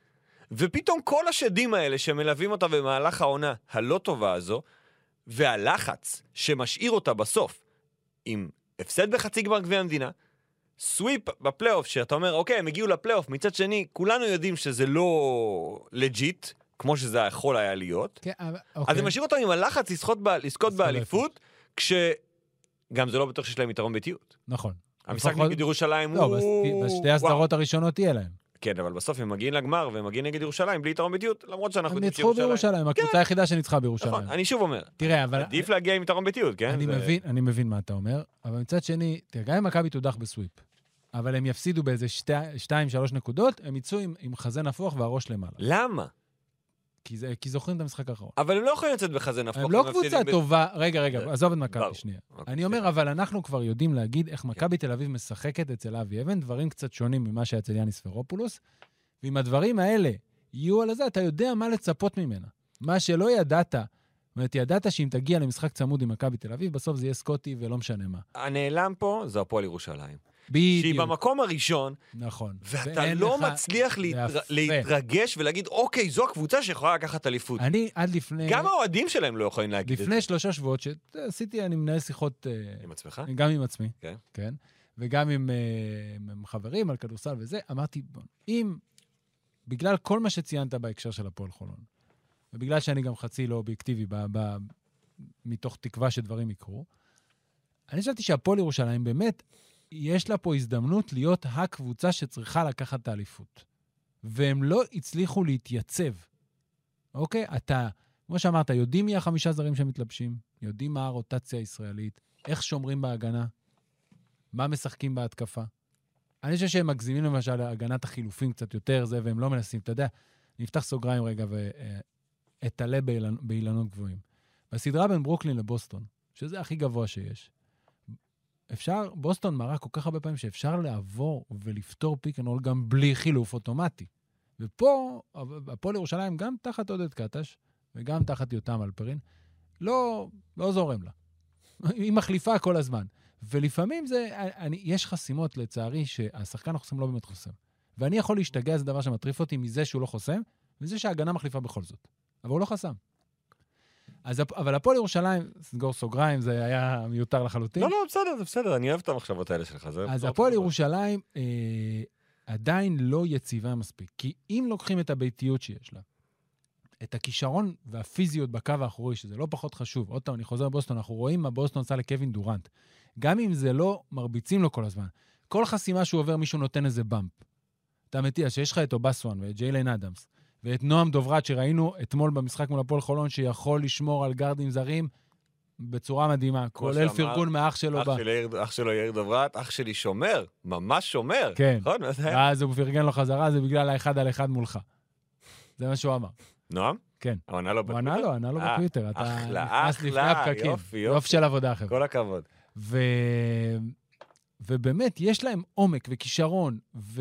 ופתאום כל השדים האלה שמלווים אותה במהלך העונה הלא טובה הזו, והלחץ שמשאיר אותה בסוף, עם הפסד בחצי גמר גביע המדינה, סוויפ בפלייאוף, שאתה אומר, אוקיי, הם הגיעו לפלייאוף, מצד שני, כולנו יודעים שזה לא לג'יט, כמו שזה יכול היה להיות, כן, אז זה משאיר אותם עם הלחץ לזכות באליפות, כשגם זה לא בטוח שיש להם יתרון ביתיות. נכון. המשחק נגד ירושלים הוא... לא, בשתי הסדרות הראשונות תהיה להם. כן, אבל בסוף הם מגיעים לגמר, והם מגיעים נגד ירושלים בלי יתרון ביתיות, למרות שאנחנו... הם ניצחו בירושלים, הקבוצה היחידה שניצחה בירושלים. נכון, אני שוב אומר, תראה, אבל... עדיף להגיע עם יתרון ביתיות, כן? אני מבין מה אתה אומר, אבל מצד שני, תראה, גם אם מכבי תודח בסוויפ, אבל הם יפסידו באיזה 2-3 נקודות, הם יצאו עם חזה נפוח והראש למעלה. למה? כי זוכרים את המשחק האחרון. אבל הם לא יכולים לצאת בחזה נפוח. הם לא קבוצה טובה. רגע, עזוב את מכבי שנייה. אני אומר, אבל אנחנו כבר יודעים להגיד איך מכבי תל אביב משחקת אצל אבי אבן, דברים קצת שונים ממה שאצל יאניס פרופולוס, ואם הדברים האלה יהיו על זה, אתה יודע מה לצפות ממנה. מה שלא ידעת, זאת אומרת, ידעת שאם תגיע למשחק צמוד עם מכבי תל אביב, בסוף זה יהיה סקוטי ולא משנה מה. הנעלם פה זה הפועל ירושלים. בדיוק. שהיא במקום הראשון, נכון. ואתה לא מצליח להתרגש ולהגיד, אוקיי, זו הקבוצה שיכולה לקחת אליפות. אני עד לפני... גם האוהדים שלהם לא יכולים להגיד את זה. לפני 3 שבועות שעשיתי, אני מנהל שיחות... עם עצמך? גם עם עצמי, כן. כן. וגם עם חברים על כדורסל וזה, אמרתי, אם בגלל כל מה שציינת בהקשר של הפועל חולון, ובגלל שאני גם חצי לא אובייקטיבי מתוך תקווה שדברים יקרו, אני חשבתי שהפועל ירושלים באמת, יש לה פה הזדמנות להיות הקבוצה שצריכה לקחת את האליפות. והם לא הצליחו להתייצב. אוקיי? אתה, כמו שאמרת, יודעים מי 5 זרים שמתלבשים, יודעים מה הרוטציה הישראלית, איך שומרים בהגנה, מה משחקים בהתקפה. אני חושב שהם מגזימים למשל הגנת החילופים קצת יותר זה, והם לא מנסים. אתה יודע, נפתח סוגריים רגע ואתעלה באילנות גבוהים. בסדרה בין ברוקלין לבוסטון, שזה הכי גבוה שיש, בוסטון מראה כל כך הרבה פעמים שאפשר לעבור ולפתור פיק אנד רול גם בלי חילוף אוטומטי. ופה, הפועל ירושלים גם תחת עודד קטש, וגם תחת יותם אלפרין, לא זורם לה. היא מחליפה כל הזמן. ולפעמים יש חסימות לצערי שהשחקן החוסם לא באמת חוסם. ואני יכול להשתגע, זה דבר שמטריף אותי מזה שהוא לא חוסם, וזה שההגנה מחליפה בכל זאת. אבל הוא לא חסם. אבל הפועל ירושלים, סגור סוגריים, זה היה מיותר לחלוטין. לא, בסדר, זה בסדר, אני אוהב את המחשבות האלה שלך. אז הפועל ירושלים עדיין לא יציבה מספיק, כי אם לוקחים את הביתיות שיש לה, את הכישרון והפיזיות בקו האחורי, שזה לא פחות חשוב, עוד פעם, אני חוזר לבוסטון, אנחנו רואים מה בוסטון עשה לקווין דורנט, גם אם זה לא מרביצים לו כל הזמן, כל חסימה שהוא עובר, מישהו נותן איזה במפ. אתה מטיע שיש לך את אובסואן ואת ג'יילן אדמס, ואת נועם דוברת שראינו אתמול במשחק מול הפועל חולון, שיכול לשמור על גרדים זרים בצורה מדהימה, כולל פרגון מאח שלו. אח שלו יאיר דוברת, אח שלי שומר, ממש שומר. כן, אז הוא פרגן לו חזרה, זה בגלל האחד על אחד מולך. זה מה שהוא אמר. נועם? כן. הוא ענה לו בטוויטר? הוא ענה לו בטוויטר. אחלה, יופי של עבודה, חבר'ה. כל הכבוד. ובאמת, יש להם עומק וכישרון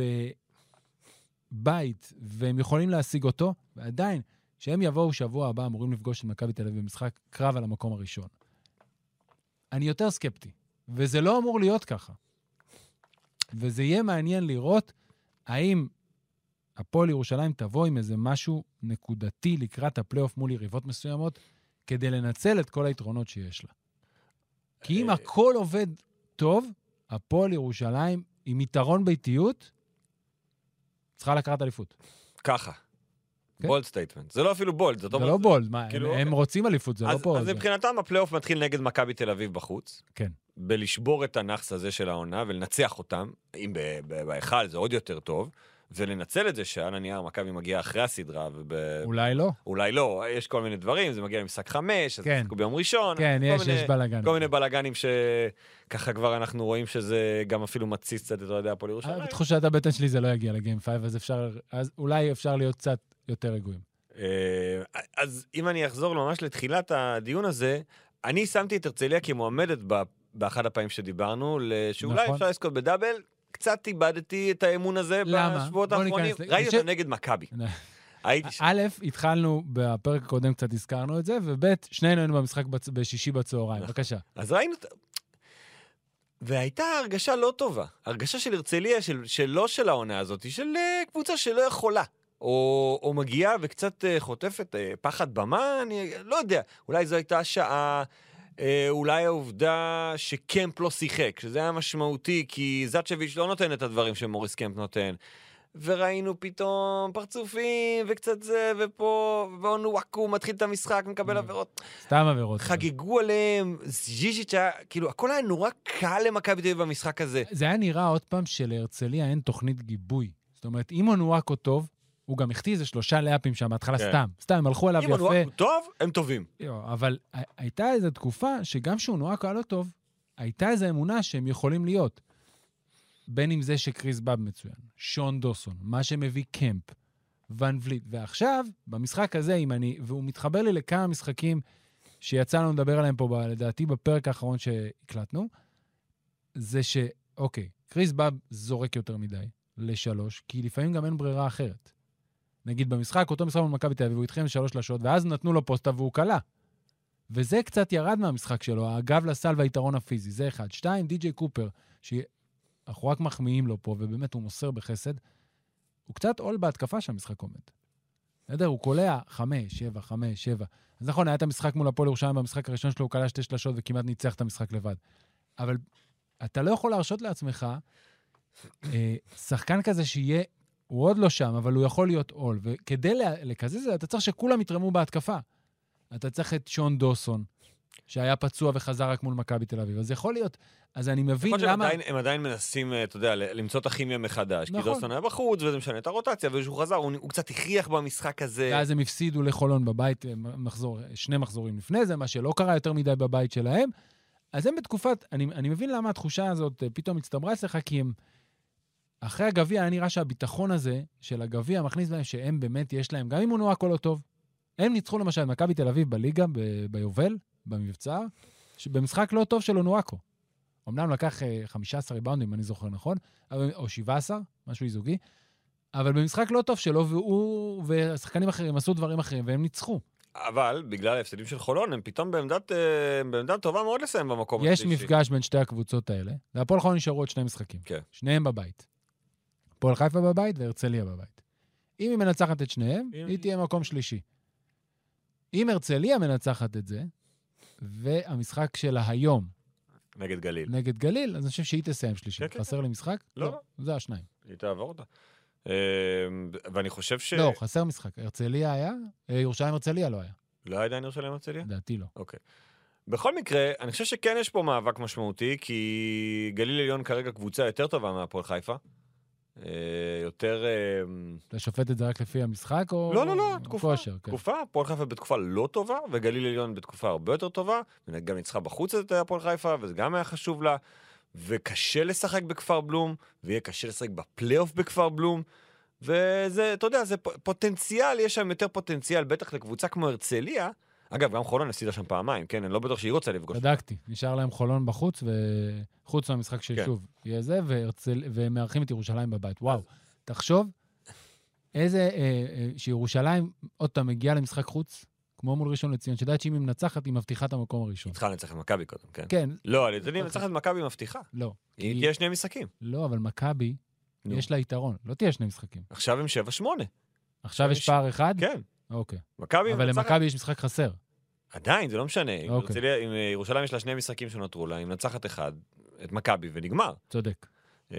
ובית, והם יכולים להשיג אותו, ועדיין, שהם יבואו שבוע הבא, אמורים לפגוש את מכבי תל אביב במשחק קרב על המקום הראשון. אני יותר סקפטי, וזה לא אמור להיות ככה. וזה יהיה מעניין לראות האם הפועל ירושלים תבוא עם איזה משהו נקודתי לקראת הפלייאוף מול יריבות מסוימות, כדי לנצל את כל היתרונות שיש לה. כי אם הכל עובד טוב, הפועל ירושלים עם יתרון ביתיות, צריכה לקחת אליפות. ככה. בולד סטייטמנט. זה לא אפילו בולד. זה לא בולד. הם רוצים אליפות, זה לא פה. אז מבחינתם הפלייאוף מתחיל נגד מכבי תל אביב בחוץ. כן. בלשבור את הנחס הזה של העונה ולנצח אותם, אם בהיכל זה עוד יותר טוב, ולנצל את זה שעל הנייר מכבי מגיע אחרי הסדרה. אולי לא. אולי לא. יש כל מיני דברים, זה מגיע למשחק 5, אז זה ביום ראשון. כן, יש בלגנים. כל מיני בלגנים שככה כבר אנחנו רואים שזה גם אפילו מציץ קצת את אוהדי הפועל ירושלים. בתחושת הבטן שלי זה לא יגיע לגיים 5, אז אולי אפשר להיות קצת יותר רגועים. אז אם אני אחזור ממש לתחילת הדיון הזה, אני שמתי את הרצליה כמועמדת באחד הפעמים שדיברנו, שאולי אפשר לזכות בדאבל, קצת איבדתי את האמון הזה בשבועות האחרונים. ראיתי אותו נגד מכבי. א', התחלנו בפרק הקודם, קצת הזכרנו את זה, וב', שנינו היינו במשחק בשישי בצהריים. בבקשה. אז ראינו... והייתה הרגשה לא טובה. הרגשה של הרצליה, שלא של העונה הזאת, של קבוצה שלא יכולה. או מגיעה וקצת חוטפת פחד במה, אני לא יודע. אולי זו הייתה שעה, אולי העובדה שקמפ לא שיחק, שזה היה משמעותי, כי זאצ'ביץ' לא נותן את הדברים שמוריס קמפ נותן. וראינו פתאום פרצופים וקצת זה, ופה, ואונוואקו מתחיל את המשחק, מקבל עבירות. סתם עבירות. חגגו עליהם, ז'יז'יץ' היה, כאילו, הכל היה נורא קל למכבי תל אביב במשחק הזה. זה היה נראה עוד פעם שלהרצליה אין תוכנית גיבוי. זאת אומרת, אם אונוואקו טוב, הוא גם החטיא איזה 3 לאפים שם, בהתחלה סתם, הם הלכו אליו יפה. אם אונוואקו טוב, הם טובים. אבל הייתה איזו תקופה שגם שאונוואקו היה לא טוב, הייתה איזו אמונה שהם יכולים להיות. בין אם זה שקריס בב מצוין, שון דוסון, מה שמביא קמפ, ון וליט, ועכשיו, במשחק הזה, והוא מתחבר לי לכמה משחקים שיצא לנו לדבר עליהם פה, לדעתי בפרק האחרון שהקלטנו, זה אוקיי, קריס בב זורק יותר מדי, ל3, כי לפעמים גם אין ברירה אחרת. נגיד במשחק, אותו משחק במכבי תל אביב, הוא התחיל עם 3 שלשות, ואז נתנו לו פוסטה והוא קלה. וזה קצת ירד מהמשחק שלו, הגב לסל והיתרון הפיזי, זה 1. 2, די.ג'יי קופר, אנחנו רק מחמיאים לו פה, ובאמת הוא מוסר בחסד, הוא קצת עול בהתקפה שהמשחק עומד. בסדר? הוא קולע 5, 7, 5, 7. אז נכון, היה את המשחק מול הפועל ירושלים, במשחק הראשון שלו הוא קלע 2 שלשות וכמעט ניצח את המשחק לבד. אבל אתה לא יכול להרשות לעצמך שחקן כזה שיהיה, הוא עוד לא שם, אבל הוא יכול להיות עול. וכדי לקזז זה, אתה צריך שכולם יתרמו בהתקפה. אתה צריך את שון דוסון, שהיה פצוע וחזר רק מול מכבי תל אביב. אז יכול להיות, אז אני מבין למה... הם עדיין מנסים, אתה יודע, למצוא את הכימיה מחדש. כי דוסון היה בחוץ, וזה משנה את הרוטציה, וכשהוא חזר, הוא קצת הכריח במשחק הזה. ואז הם הפסידו לחולון בבית, 2 מחזורים לפני זה, מה שלא קרה יותר מדי בבית שלהם. אז הם בתקופת, אני מבין למה התחושה הזאת פתאום הצטמרה אצלך, כי הם, אחרי הגביע, היה נראה שהביטחון הזה של הגביע מכניס בהם שהם באמת יש להם, גם אם הוא נורא כל לא טוב. הם ניצחו למשל מכבי תל אביב בליגה, ביובל, במבצר, שבמשחק לא טוב של אונואקו. אמנם לקח 15 ריבאונדים, אני זוכר נכון, או 17, משהו איזוגי, אבל במשחק לא טוב שלו, והוא ושחקנים אחרים עשו דברים אחרים, והם ניצחו. אבל בגלל ההפסדים של חולון, הם פתאום בעמדת טובה מאוד לסיים במקום. יש מפגש בין שתי הקבוצות האלה, והפועל חולון נשארו עוד 2 משחקים. כן. שניהם בבית. הפועל חיפה בבית והרצליה בבית. אם היא מנצחת את שניהם, היא תהיה מקום שלישי. אם הרצליה מנצחת את זה, והמשחק שלה היום, נגד גליל, אז אני חושב שהיא תסיים שלישי. חסר לי משחק? לא. זה השניים. היא תעבור אותה. ואני חושב לא, חסר משחק. הרצליה היה? ירושלים הרצליה לא היה. לא היה עדיין ירושלים הרצליה? דעתי לא. אוקיי. בכל מקרה, אני חושב שכן יש פה מאבק משמעותי, כי גליל עליון כרגע קבוצה יותר טובה מהפועל חיפה. יותר... אתה שופט את זה רק לפי המשחק או... לא, תקופה. הפועל חיפה בתקופה לא טובה, וגליל עליון בתקופה הרבה יותר טובה, וגם ניצחה בחוץ את הפועל חיפה, וזה גם היה חשוב לה, וקשה לשחק בכפר בלום, ויהיה קשה לשחק בפלייאוף בכפר בלום, וזה, אתה יודע, זה פוטנציאל, יש שם יותר פוטנציאל, בטח לקבוצה כמו הרצליה. אגב, גם חולון הפסידה שם פעמיים, כן? אני לא בטוח שהיא רוצה לפגוש. בדקתי, נשאר להם חולון בחוץ, וחוץ מהמשחק ששוב יהיה זה, ומארחים את ירושלים בבית. וואו, תחשוב, איזה, שירושלים עוד פעם מגיעה למשחק חוץ, כמו מול ראשון לציון, שדעת שאם היא מנצחת, היא מבטיחה את המקום הראשון. צריכה לנצח את מכבי קודם, כן? כן. לא, אני מנצחת את מכבי מבטיחה. לא. היא תהיה 2 משחקים. לא, אבל מכבי, יש לה יתרון. לא תהיה 2 משחקים. עכשיו הם 7-8. עכשיו יש פער אחד? כן. אוקיי. אבל למכבי יש משחק חסר. עדיין, זה לא משנה. אם ירושלים יש לה 2 משחקים שנותרו לה, אם נצחת אחד, את מכבי ונגמר. צודק.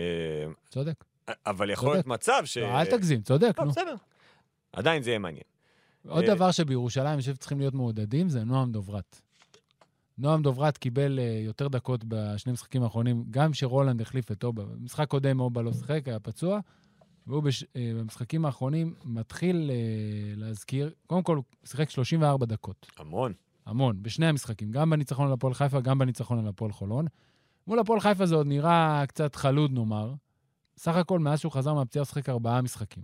צודק. אבל יכול להיות מצב ש... לא, אל תגזים, צודק. בסדר. עדיין זה יהיה מעניין. עוד דבר שבירושלים, אני חושב שצריכים להיות מעודדים, זה נועם דוברת. נועם דוברת קיבל יותר דקות בשני משחקים האחרונים, גם שרולנד החליף את אובה. במשחק קודם אובה לא שחק, היה פצוע, והוא במשחקים האחרונים מתחיל להזכיר, קודם כל הוא שיחק 34 דקות. המון, בשני המשחקים, גם בניצחון על הפועל חיפה, גם בניצחון על הפועל חולון. מול הפועל חיפה זה עוד נראה קצת חלוד נאמר. סך הכל מאז שהוא חזר מהפציעה הוא שחק 4 משחקים.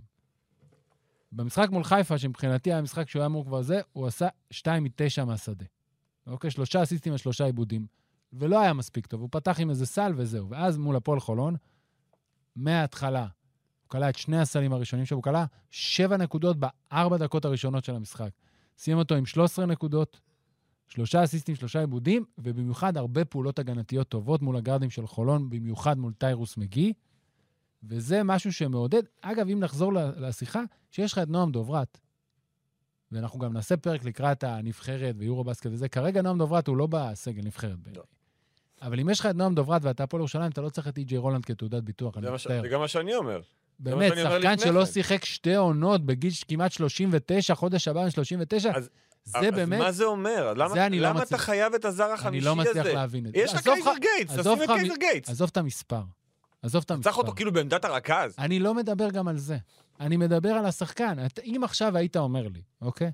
במשחק מול חיפה, שמבחינתי היה המשחק שהוא היה אמור כבר זה, הוא עשה 2-9 מהשדה. אוקיי, 3 אסיסטים על 3 עיבודים, ולא היה מספיק טוב. הוא פתח עם איזה סל וזהו. ואז מול הפועל חולון, מההתחלה, הוא קלע את 2 הסלים הראשונים שלו, הוא קלע 7 נקודות ב4 דקות הראשונות של המשחק. סיים אותו עם 13 נקודות, 3 אסיסטים, 3 עיבודים, ובמיוחד הרבה פעולות הגנתיות טובות מול הגארדים של חולון, במיוחד מול טיירוס מגי, וזה משהו שמעודד. אגב, אם נחזור לשיחה, שיש לך את נועם דוברת, ואנחנו גם נעשה פרק לקראת הנבחרת ויורובסקט וזה, כרגע נועם דוברת הוא לא בסגל נבחרת. אבל אם יש לך את נועם דוברת ואתה פה לירושלים, אתה לא צריך את אי.ג'יי רולנד כתעודת ביטוח. זה גם מה שאני אומר. באמת, שחקן שלא שיחק 2 עונות בגיל כמעט 39, חודש הבא 39, זה באמת... אז מה זה אומר? למה אתה חייב את הזר החמישי הזה? אני לא מצליח להבין את זה. יש לך קייזר גייטס, תשים את קייזר גייטס. עזוב את המספר. צריך אותו כאילו בעמדת הרכז. אני לא מדבר גם על זה. אני מדבר על השחקן. אם עכשיו היית אומר לי, אוקיי?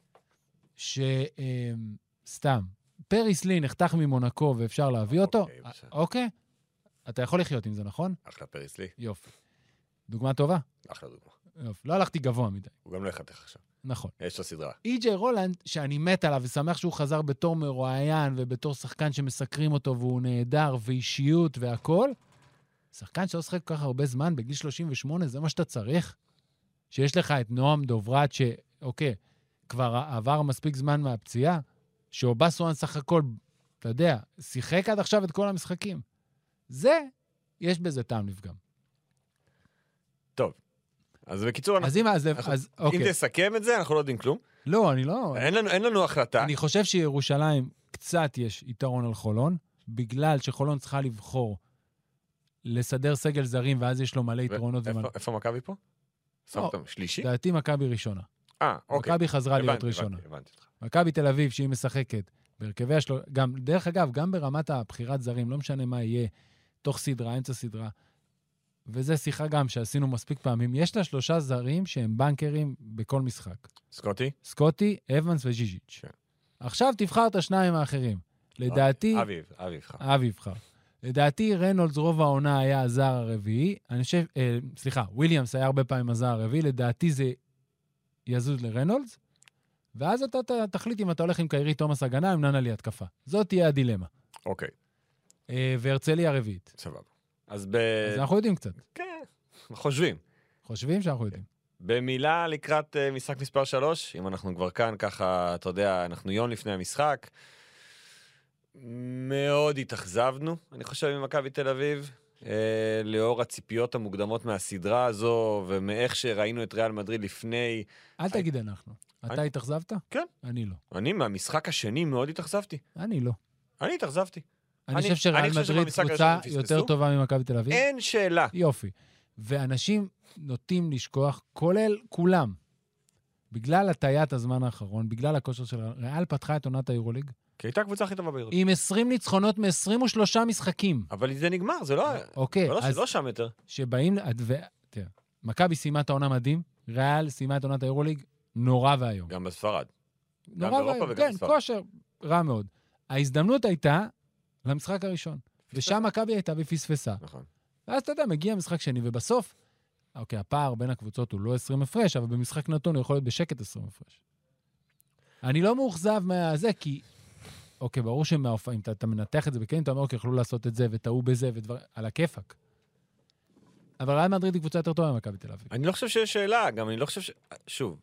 סתם, פריס לי נחתך ממונקו ואפשר להביא אותו, אוקיי? אתה יכול לחיות עם זה, נכון? אחלה פריס לי. יופי. דוגמה טובה? אחלה דוגמה. יופי. לא הלכתי גבוה מדי. הוא גם לא יחתך עכשיו. נכון. יש לו סדרה. אי.ג'יי רולנד, שאני מת עליו ושמח שהוא חזר בתור מרואיין ובתור שחקן שמסקרים אותו והוא נהדר ואישיות והכל, שחקן שלא שחק כל כך הרבה זמן, בגיל 38, זה מה שאתה צריך? שיש לך את נועם דוברת שאוקיי, כבר עבר מספיק זמן מהפציעה, שאובסואן סך הכל, אתה יודע, שיחק עד עכשיו את כל המשחקים. זה, יש בזה טעם לפגם. טוב. אז בקיצור, אם תסכם את זה, אנחנו לא יודעים כלום. לא, אני לא... אין לנו החלטה. אני חושב שירושלים קצת יש יתרון על חולון, בגלל שחולון צריכה לבחור לסדר סגל זרים, ואז יש לו מלא יתרונות. איפה מכבי פה? שמתם שלישי? דעתי מכבי ראשונה. אוקיי. מכבי חזרה להיות ראשונה. מכבי תל אביב, שהיא משחקת בהרכבי גם, דרך אגב, גם ברמת הבחירת זרים, לא משנה מה יהיה, תוך סדרה, אמצע סדרה, וזה שיחה גם שעשינו מספיק פעמים, יש לה 3 זרים שהם בנקרים בכל משחק. סקוטי, אבנס וז'יז'יץ'. עכשיו תבחר את השניים האחרים. לדעתי... אבי יבחר. לדעתי, רנולדס רוב העונה היה הזר הרביעי. אני חושב, וויליאמס היה הרבה פעמים הזר הרביעי. לדעתי זה יזוז לרנולדס. ואז אתה תחליט אם אתה הולך עם קיירי תומאס הגנה, עם ננלי התקפה. זאת תהיה הדילמה. אוקיי. והרצליה הרביעית. סבבה. אז אנחנו יודעים קצת. כן, חושבים. חושבים שאנחנו יודעים. במילה לקראת משחק מספר 3, אם אנחנו כבר כאן ככה, אתה יודע, אנחנו יום לפני המשחק, מאוד התאכזבנו, אני חושב, ממכבי תל אביב, לאור הציפיות המוקדמות מהסדרה הזו, ומאיך שראינו את ריאל מדריד לפני... אל תגיד אנחנו. אתה התאכזבת? כן. אני לא. אני מהמשחק השני מאוד התאכזבתי. אני לא. אני התאכזבתי. אני חושב שריאל מדריד קבוצה יותר טובה ממכבי תל אביב. אין שאלה. יופי. ואנשים נוטים לשכוח, כולל כולם, בגלל הטיית הזמן האחרון, בגלל הכושר של ריאל פתחה את עונת היורוליג. כי הייתה הקבוצה הכי טובה ביורוליג. עם 20 ניצחונות מ-23 משחקים. אבל זה נגמר, זה לא... אוקיי. לא שם יותר. שבאים... תראה, מכבי סיימה את העונה מדהים, ריאל סיימה את עונת היורוליג נורא והיום. גם בספרד. נורא והיום, כן, כושר רע מאוד. ההזדמנות הייתה למשחק הראשון. ושם מכבי הייתה בפספסה. נכון. ואז אתה יודע, מגיע משחק שני, ובסוף, אוקיי, הפער בין הקבוצות הוא לא 20 הפרש, אבל במשחק נתון הוא יכול להיות בשקט 20 הפרש. אני לא מאוכזב מהזה, כי, אוקיי, ברור אם אתה מנתח את זה בכן, אתה אומר, אוקיי, יכלו לעשות את זה, וטעו בזה, על הכיפק. אבל ריאל מדריד היא קבוצה יותר טובה ממכבי תל אביב. אני לא חושב שיש שאלה, גם אני לא חושב שוב,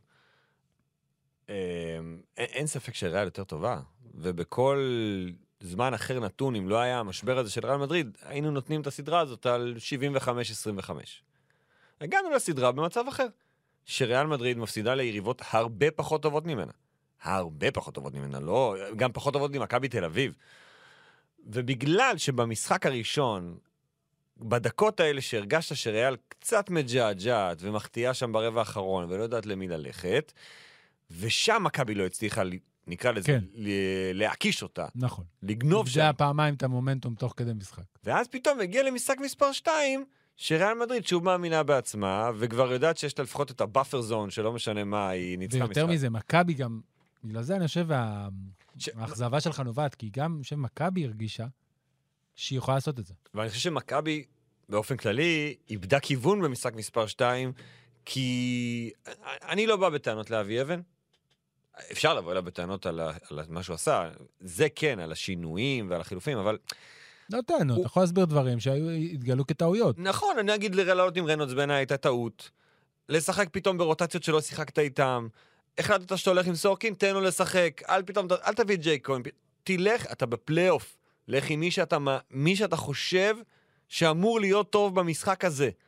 אין ספק שריאל יותר טובה, ובכל זמן אחר נתון, אם לא היה המשבר הזה של ריאל מדריד, היינו נותנים את הסדרה הזאת על 75-25. הגענו לסדרה במצב אחר, שריאל מדריד מפסידה ליריבות הרבה פחות טובות ממנה. הרבה פחות טובות ממנה, לא, גם פחות טובות ממכבי תל אביב. ובגלל שבמשחק הראשון, בדקות האלה שהרגשת שריאל קצת מג'עג'עת ומחטיאה שם ברבע האחרון, ולא יודעת למי ללכת, ושם מכבי לא הצליחה, נקרא לזה, כן. להקיש אותה. נכון. לגנוב שם. זה הפעמיים את המומנטום תוך כדי משחק. ואז פתאום הגיע למשחק מספר 2, שריאל מדריד שוב מאמינה בעצמה, וכבר יודעת שיש לה לפחות את הבאפר זון, שלא משנה מה, היא ניצחה משחק. ויותר מזה, מכבי גם, בגלל זה אני חושב, האכזבה שלך נובעת, כי גם, אני חושב, מכבי הרגישה שהיא יכולה לעשות את זה. ואני חושב שמכבי, באופן כללי, איבדה כיוון במשחק מספר 2, כי אני לא בא בטענות לאבי אבן, אפשר לבוא אליו בטענות על מה שהוא עשה, זה כן, על השינויים ועל החילופים, אבל... לא טענות, אתה יכול להסביר דברים שהתגלו כטעויות. נכון, אני אגיד לעלות עם רנולדס בעיניי הייתה טעות, לשחק פתאום ברוטציות שלא שיחקת איתם, החלטת שאתה הולך עם סורקין, תן לו לשחק, אל תביא את ג'יי כהן, תלך, אתה בפלייאוף, לך עם מי שאתה חושב שאמור להיות טוב במשחק הזה.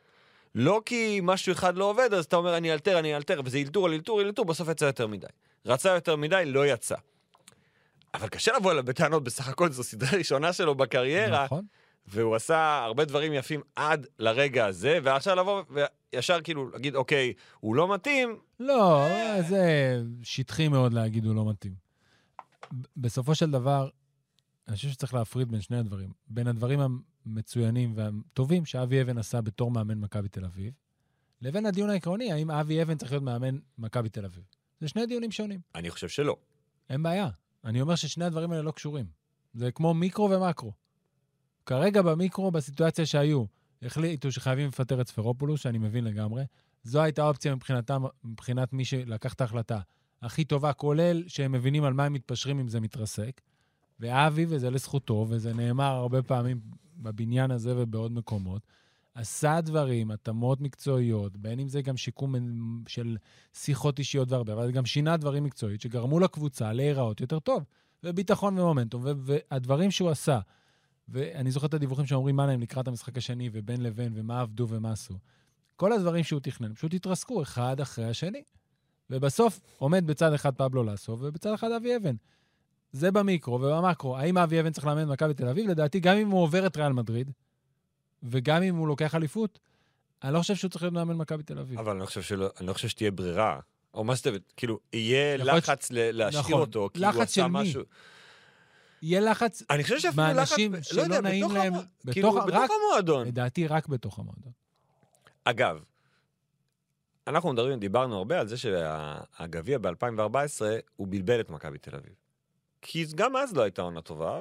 לא כי משהו אחד לא עובד, אז אתה אומר, אני אלתר, וזה ילתור על ילתור, בסוף יצא יותר מדי. רצה יותר מדי, לא יצא. אבל קשה לבוא אליו בטענות, בסך הכל זו סדרה ראשונה שלו בקריירה, נכון. והוא עשה הרבה דברים יפים עד לרגע הזה, ועכשיו לבוא וישר כאילו להגיד, אוקיי, הוא לא מתאים. לא, זה שטחי מאוד להגיד הוא לא מתאים. בסופו של דבר, אני חושב שצריך להפריד בין שני הדברים. בין הדברים המצוינים והטובים שאבי אבן עשה בתור מאמן מכבי תל אביב, לבין הדיון העקרוני, האם אבי אבן צריך להיות מאמן מכבי תל אביב. זה שני דיונים שונים. אני חושב שלא. אין בעיה. אני אומר ששני הדברים האלה לא קשורים. זה כמו מיקרו ומקרו. כרגע במיקרו, בסיטואציה שהיו, החליטו שחייבים לפטר את ספרופולוס, שאני מבין לגמרי. זו הייתה אופציה מבחינת מי שלקח את ההחלטה הכי טובה, כולל שהם מבינים על מה הם מתפשרים אם זה מתרסק. ואבי, וזה לזכותו, וזה נאמר הרבה פעמים בבניין הזה ובעוד מקומות, עשה דברים, התאמות מקצועיות, בין אם זה גם שיקום של שיחות אישיות והרבה, אבל גם שינה דברים מקצועית שגרמו לקבוצה להיראות יותר טוב, וביטחון ומומנטום, והדברים שהוא עשה, ואני זוכר את הדיווחים שאומרים מה להם לקראת המשחק השני, ובין לבין, ומה עבדו ומה עשו. כל הדברים שהוא תכנן, פשוט התרסקו אחד אחרי השני. ובסוף עומד בצד אחד פבלו לסו, ובצד אחד אבי אבן. זה במיקרו ובמקרו. האם אבי אבן צריך לאמן מכבי תל אביב? לדעתי, גם אם הוא עובר את ריאל מדריד, וגם אם הוא לוקח אליפות, אני לא חושב שהוא צריך להיות מאמן מכבי תל אביב. אבל אני לא חושב שתהיה ברירה. או מה שאתה, כאילו, יהיה לחץ להשאיר אותו, כי הוא עשה משהו. יהיה לחץ מאנשים שלא נעים להם, בתוך המועדון. לדעתי רק בתוך המועדון. אגב, אנחנו דיברנו הרבה על זה שהגביע ב-2014 הוא בלבל את מכבי תל אביב. כי גם אז לא הייתה עונה טובה,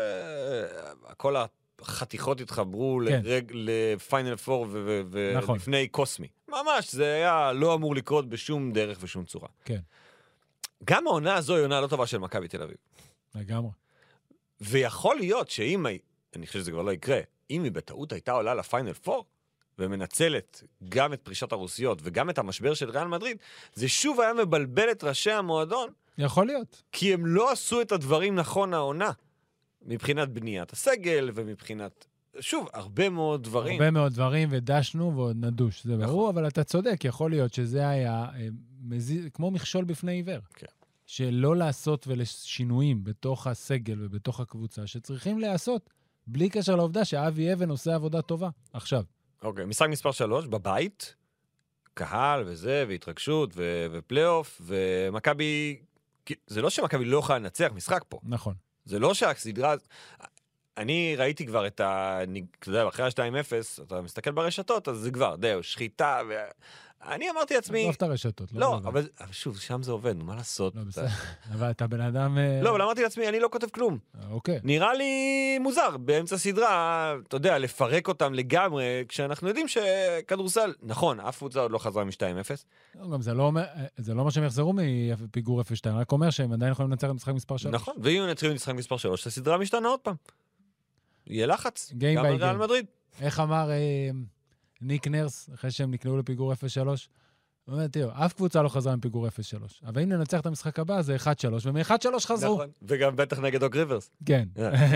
וכל החתיכות התחברו לפיינל פור ולפני קוסמי. ממש, זה היה לא אמור לקרות בשום דרך ושום צורה. כן. גם העונה הזו היא עונה לא טובה של מכבי תל אביב. לגמרי. ויכול להיות שאם, אני חושב שזה כבר לא יקרה, אם היא בטעות הייתה עולה לפיינל פור, ומנצלת גם את פרישת הרוסיות וגם את המשבר של ריאל מדריד, זה שוב היה מבלבל את ראשי המועדון. יכול להיות. כי הם לא עשו את הדברים נכון העונה. מבחינת בניית הסגל ומבחינת, שוב, הרבה מאוד דברים. הרבה מאוד דברים ודשנו ועוד נדוש, זה ברור, אבל אתה צודק, יכול להיות שזה היה כמו מכשול בפני עיוור. כן. שלא לעשות ולשינויים בתוך הסגל ובתוך הקבוצה שצריכים לעשות, בלי קשר לעובדה שאבי אבן עושה עבודה טובה. עכשיו. אוקיי, משחק מספר 3, בבית, קהל וזה, והתרגשות ופלייאוף, ומכבי, זה לא שמכבי לא יכולה לנצח משחק פה. נכון. זה לא שהסדרה, אני ראיתי כבר את אתה יודע, אחרי ה-2-0, אתה מסתכל ברשתות, אז זה כבר, שחיטה, אני אמרתי לעצמי... עזוב את הרשתות. לא, אבל שוב, שם זה עובד, מה לעשות? לא, בסדר. אבל אתה בן אדם... לא, אבל אמרתי לעצמי, אני לא כותב כלום. אוקיי. נראה לי מוזר, באמצע סדרה, אתה יודע, לפרק אותם לגמרי, כשאנחנו יודעים שכדורסל, נכון, אף קבוצה עוד לא חזרה מ-2-0. גם זה לא מה שהם יחזרו מפיגור 0-2, רק אומר שהם עדיין יכולים לנצח במשחק מספר 3. נכון, ואם הם נצחים במשחק מספר 3, הסדרה משתנה עוד פעם. יהיה לחץ, גם על ריאל מדריד. איך אמר ניק נרס, אחרי שהם נקלעו לפיגור 0-3? הוא אומר, תראו, אף קבוצה לא חזרה מפיגור 0-3. אבל אם ננצח את המשחק הבא, זה 1-3, ומ-1-3 חזרו. נכון, וגם בטח נגד אוק ריברס. כן.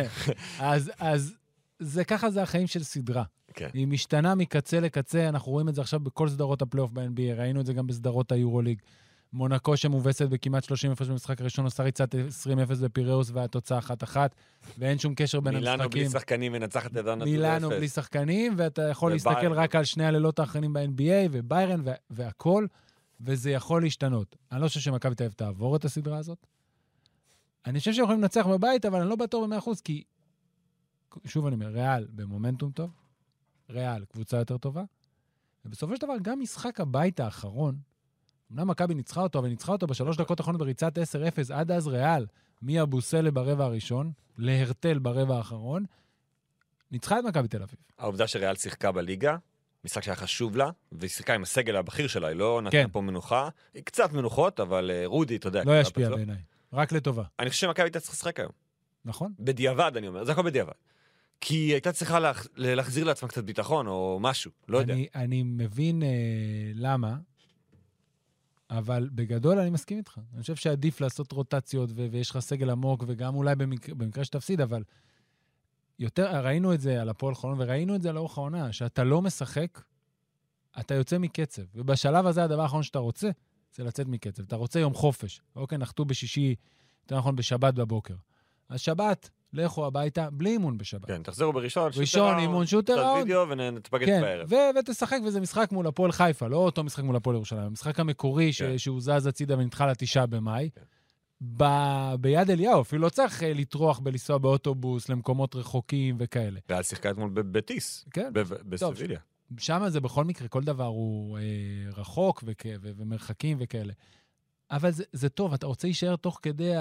אז ככה זה החיים של סדרה. היא משתנה מקצה לקצה, אנחנו רואים את זה עכשיו בכל סדרות הפלייאוף ב-NBA, ראינו את זה גם בסדרות היורוליג. מונקו שמובסת בכמעט 30 הפרש במשחק הראשון, עושה ריצת 20-0 בפיראוס והתוצאה 1-1, ואין שום קשר בין המשחקים. מילאנו בלי שחקנים מנצחת את הנתון 0. מילאנו בלי שחקנים, ואתה יכול להסתכל רק על שני הלילות האחרונים ב-NBA, וביירן והכל, וזה יכול להשתנות. אני לא חושב שמכבי תל אביב תעבור את הסדרה הזאת. אני חושב שהם יכולים לנצח בבית, אבל אני לא בטוח ב-100%, כי, שוב אני אומר, ריאל במומנטום טוב, ריאל קבוצה יותר טובה, ובסופו של דבר גם משחק הבית האחרון, אמנם מכבי ניצחה אותו, אבל ניצחה אותו בשלוש דקות האחרונות בריצת 10-0, עד אז ריאל, מאבוסלה ברבע הראשון, להרטל ברבע האחרון, ניצחה את מכבי תל אביב. העובדה שריאל שיחקה בליגה, משחק שהיה חשוב לה, והיא שיחקה עם הסגל הבכיר שלה, היא לא נתנה פה מנוחה, היא קצת מנוחות, אבל רודי, אתה יודע. לא ישפיע בעיניי, רק לטובה. אני חושב שמכבי הייתה צריכה לשחק היום. נכון. בדיעבד, אני אומר, זה הכל בדיעבד. כי היא הייתה צריכה להחזיר לעצמה קצת ביטחון, או משהו, לא יודע. אני מבין למה, אבל בגדול אני מסכים איתך. אני חושב שעדיף לעשות רוטציות, ויש לך סגל עמוק, וגם אולי במקרה שתפסיד, אבל יותר, ראינו את זה על הפועל חולון, וראינו את זה לאורך העונה, שאתה לא משחק אתה יוצא מקצב. ובשלב הזה הדבר האחרון שאתה רוצה, זה לצאת מקצב. אתה רוצה יום חופש. אוקיי, נחתו בשישי, יותר נכון בשבת בבוקר. אז שבת, לכו הביתה, בלי אימון בשבת. כן, תחזרו בראשון, ראשון, אימון, שוטר ראונד. וידאו ונתפגש בערב. ותשחק, וזה משחק מול הפועל חיפה, לא אותו משחק מול הפועל ירושלים. המשחק המקורי שהוא זז הצידה ונדחה ל9 במאי. ביד אליהו, אפילו לא צריך לטרוח בלנסוע באוטובוס למקומות רחוקים וכאלה. ואז שיחקת מול בטיס, בסביליה. שם זה בכל מקרה, כל דבר הוא רחוק ומרחקים וכאלה. אבל זה טוב, אתה רוצה להישאר תוך כדי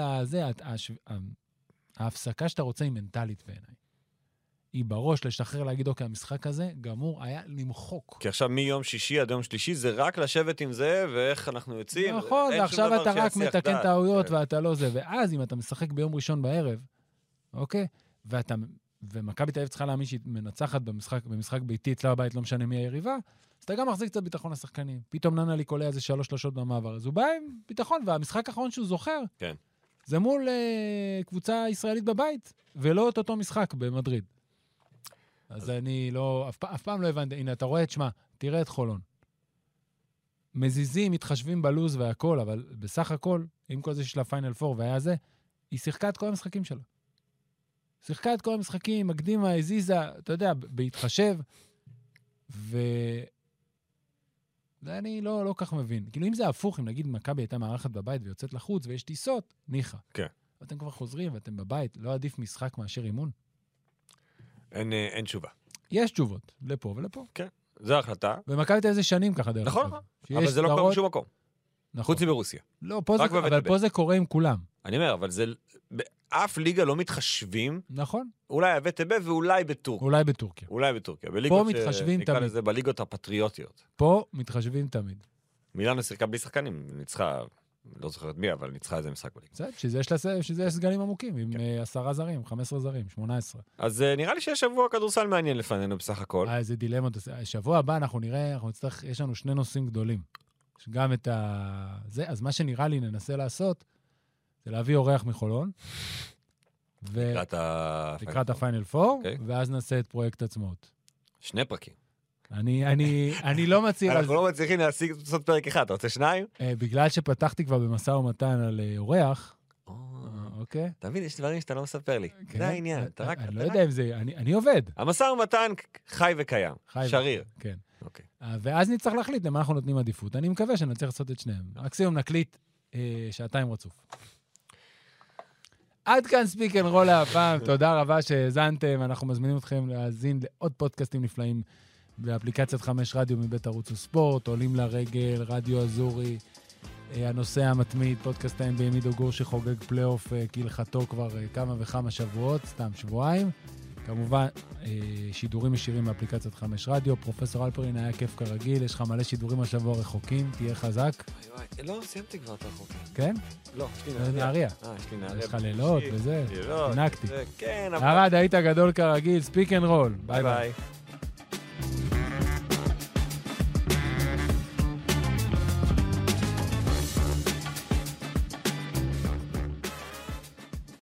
ההפסקה שאתה רוצה היא מנטלית בעיניי. היא בראש לשחרר להגיד, אוקיי, המשחק הזה גמור היה למחוק. כי עכשיו מיום שישי עד יום שלישי זה רק לשבת עם זה, ואיך אנחנו יוצאים. נכון, ועכשיו אתה רק מתקן טעויות ואתה לא זה. ואז אם אתה משחק ביום ראשון בערב, אוקיי, ומכבי תל אביב צריכה להאמין שהיא מנצחת במשחק ביתי, אצלה בבית, לא משנה מי היריבה, אז אתה גם מחזיק קצת ביטחון לשחקנים. פתאום ננלי קולע איזה 3 שלשות במעבר. אז הוא בא עם ביטחון, והמשחק האחרון שהוא זוכר, כן. זה מול קבוצה ישראלית בבית, ולא את אותו משחק במדריד. אז אני לא, אף פעם לא הבנתי. הנה, אתה רואה, תשמע, תראה את חולון. מזיזים, מתחשבים בלוז והכל, אבל בסך הכל, עם כל זה של הפיינל 4 והיה זה, היא שיחקה את כל המשחקים שלה. שיחקה את כל המשחקים, מקדימה, הזיזה, אתה יודע, בהתחשב, ואני לא כך מבין. כאילו, אם זה הפוך, אם נגיד מכבי הייתה מארחת בבית ויוצאת לחוץ ויש טיסות, ניחא. כן. ואתם כבר חוזרים ואתם בבית, לא עדיף משחק מאשר אימון? אין תשובה. יש תשובות, לפה ולפה. כן, זו ההחלטה. ומכבי תל אביב שנים ככה דרך. נכון, אבל זה לא קורה בשום מקום. נכון. חוץ מברוסיה. לא, אבל פה זה קורה עם כולם. אני אומר, אבל זה, באף ליגה לא מתחשבים. נכון. אולי ב-VTB ואולי בטורקיה. אולי בטורקיה. פה מתחשבים תמיד. נקרא לזה בליגות הפטריוטיות. פה מתחשבים תמיד. מילאנו שיחקה בלי שחקנים, ניצחה, לא זוכר את מי, אבל ניצחה איזה משחק בליגה. שזה יש סגלים עמוקים, עם 10 זרים, 15 זרים, 18. אז נראה לי שיש שבוע כדורסל מעניין לפנינו בסך הכל. איזה דילמות. שבוע הבא אנחנו נראה, יש לנו 2 נושאים גדולים. גם את זה, אז מה שנראה לי ננסה לעשות, זה להביא אורח מחולון, לקראת הפיינל 4, ואז נעשה את פרויקט עצמאות. 2 פרקים. אני לא מצליח... אנחנו לא מצליחים לעשות פרק אחד, אתה רוצה 2? בגלל שפתחתי כבר במשא ומתן על אורח, אוקיי? תמיד יש דברים שאתה לא מספר לי. זה העניין. אני לא יודע אם זה... אני עובד. המשא ומתן חי וקיים. שריר. כן. ואז נצטרך להחליט למה אנחנו נותנים עדיפות. אני מקווה שנצליח לעשות את שניהם. מקסימום נקליט 2 רצוף. עד כאן ספיק אנד רול להפעם. תודה רבה שהאזנתם. אנחנו מזמינים אתכם להאזין לעוד פודקאסטים נפלאים באפליקציית 5 רדיו מבית ערוץ הספורט, עולים לרגל, רדיו אזורי, הנושא המתמיד, פודקאסט ה-NBA מידו גור שחוגג פלייאוף כהלכתו כבר כמה וכמה שבועות, סתם שבועיים. כמובן, שידורים ישירים באפליקציית 5 רדיו. פרופסור אלפרין, היה כיף כרגיל, יש לך מלא שידורים השבוע רחוקים, תהיה חזק. לא, סיימתי כבר את הרחוקים. כן? לא, יש לי נהריה. יש לי נהריה. יש לך לילות וזה, לילות, תינקתי. כן, ערד, היית גדול כרגיל, ספיק אנד רול. ביי ביי.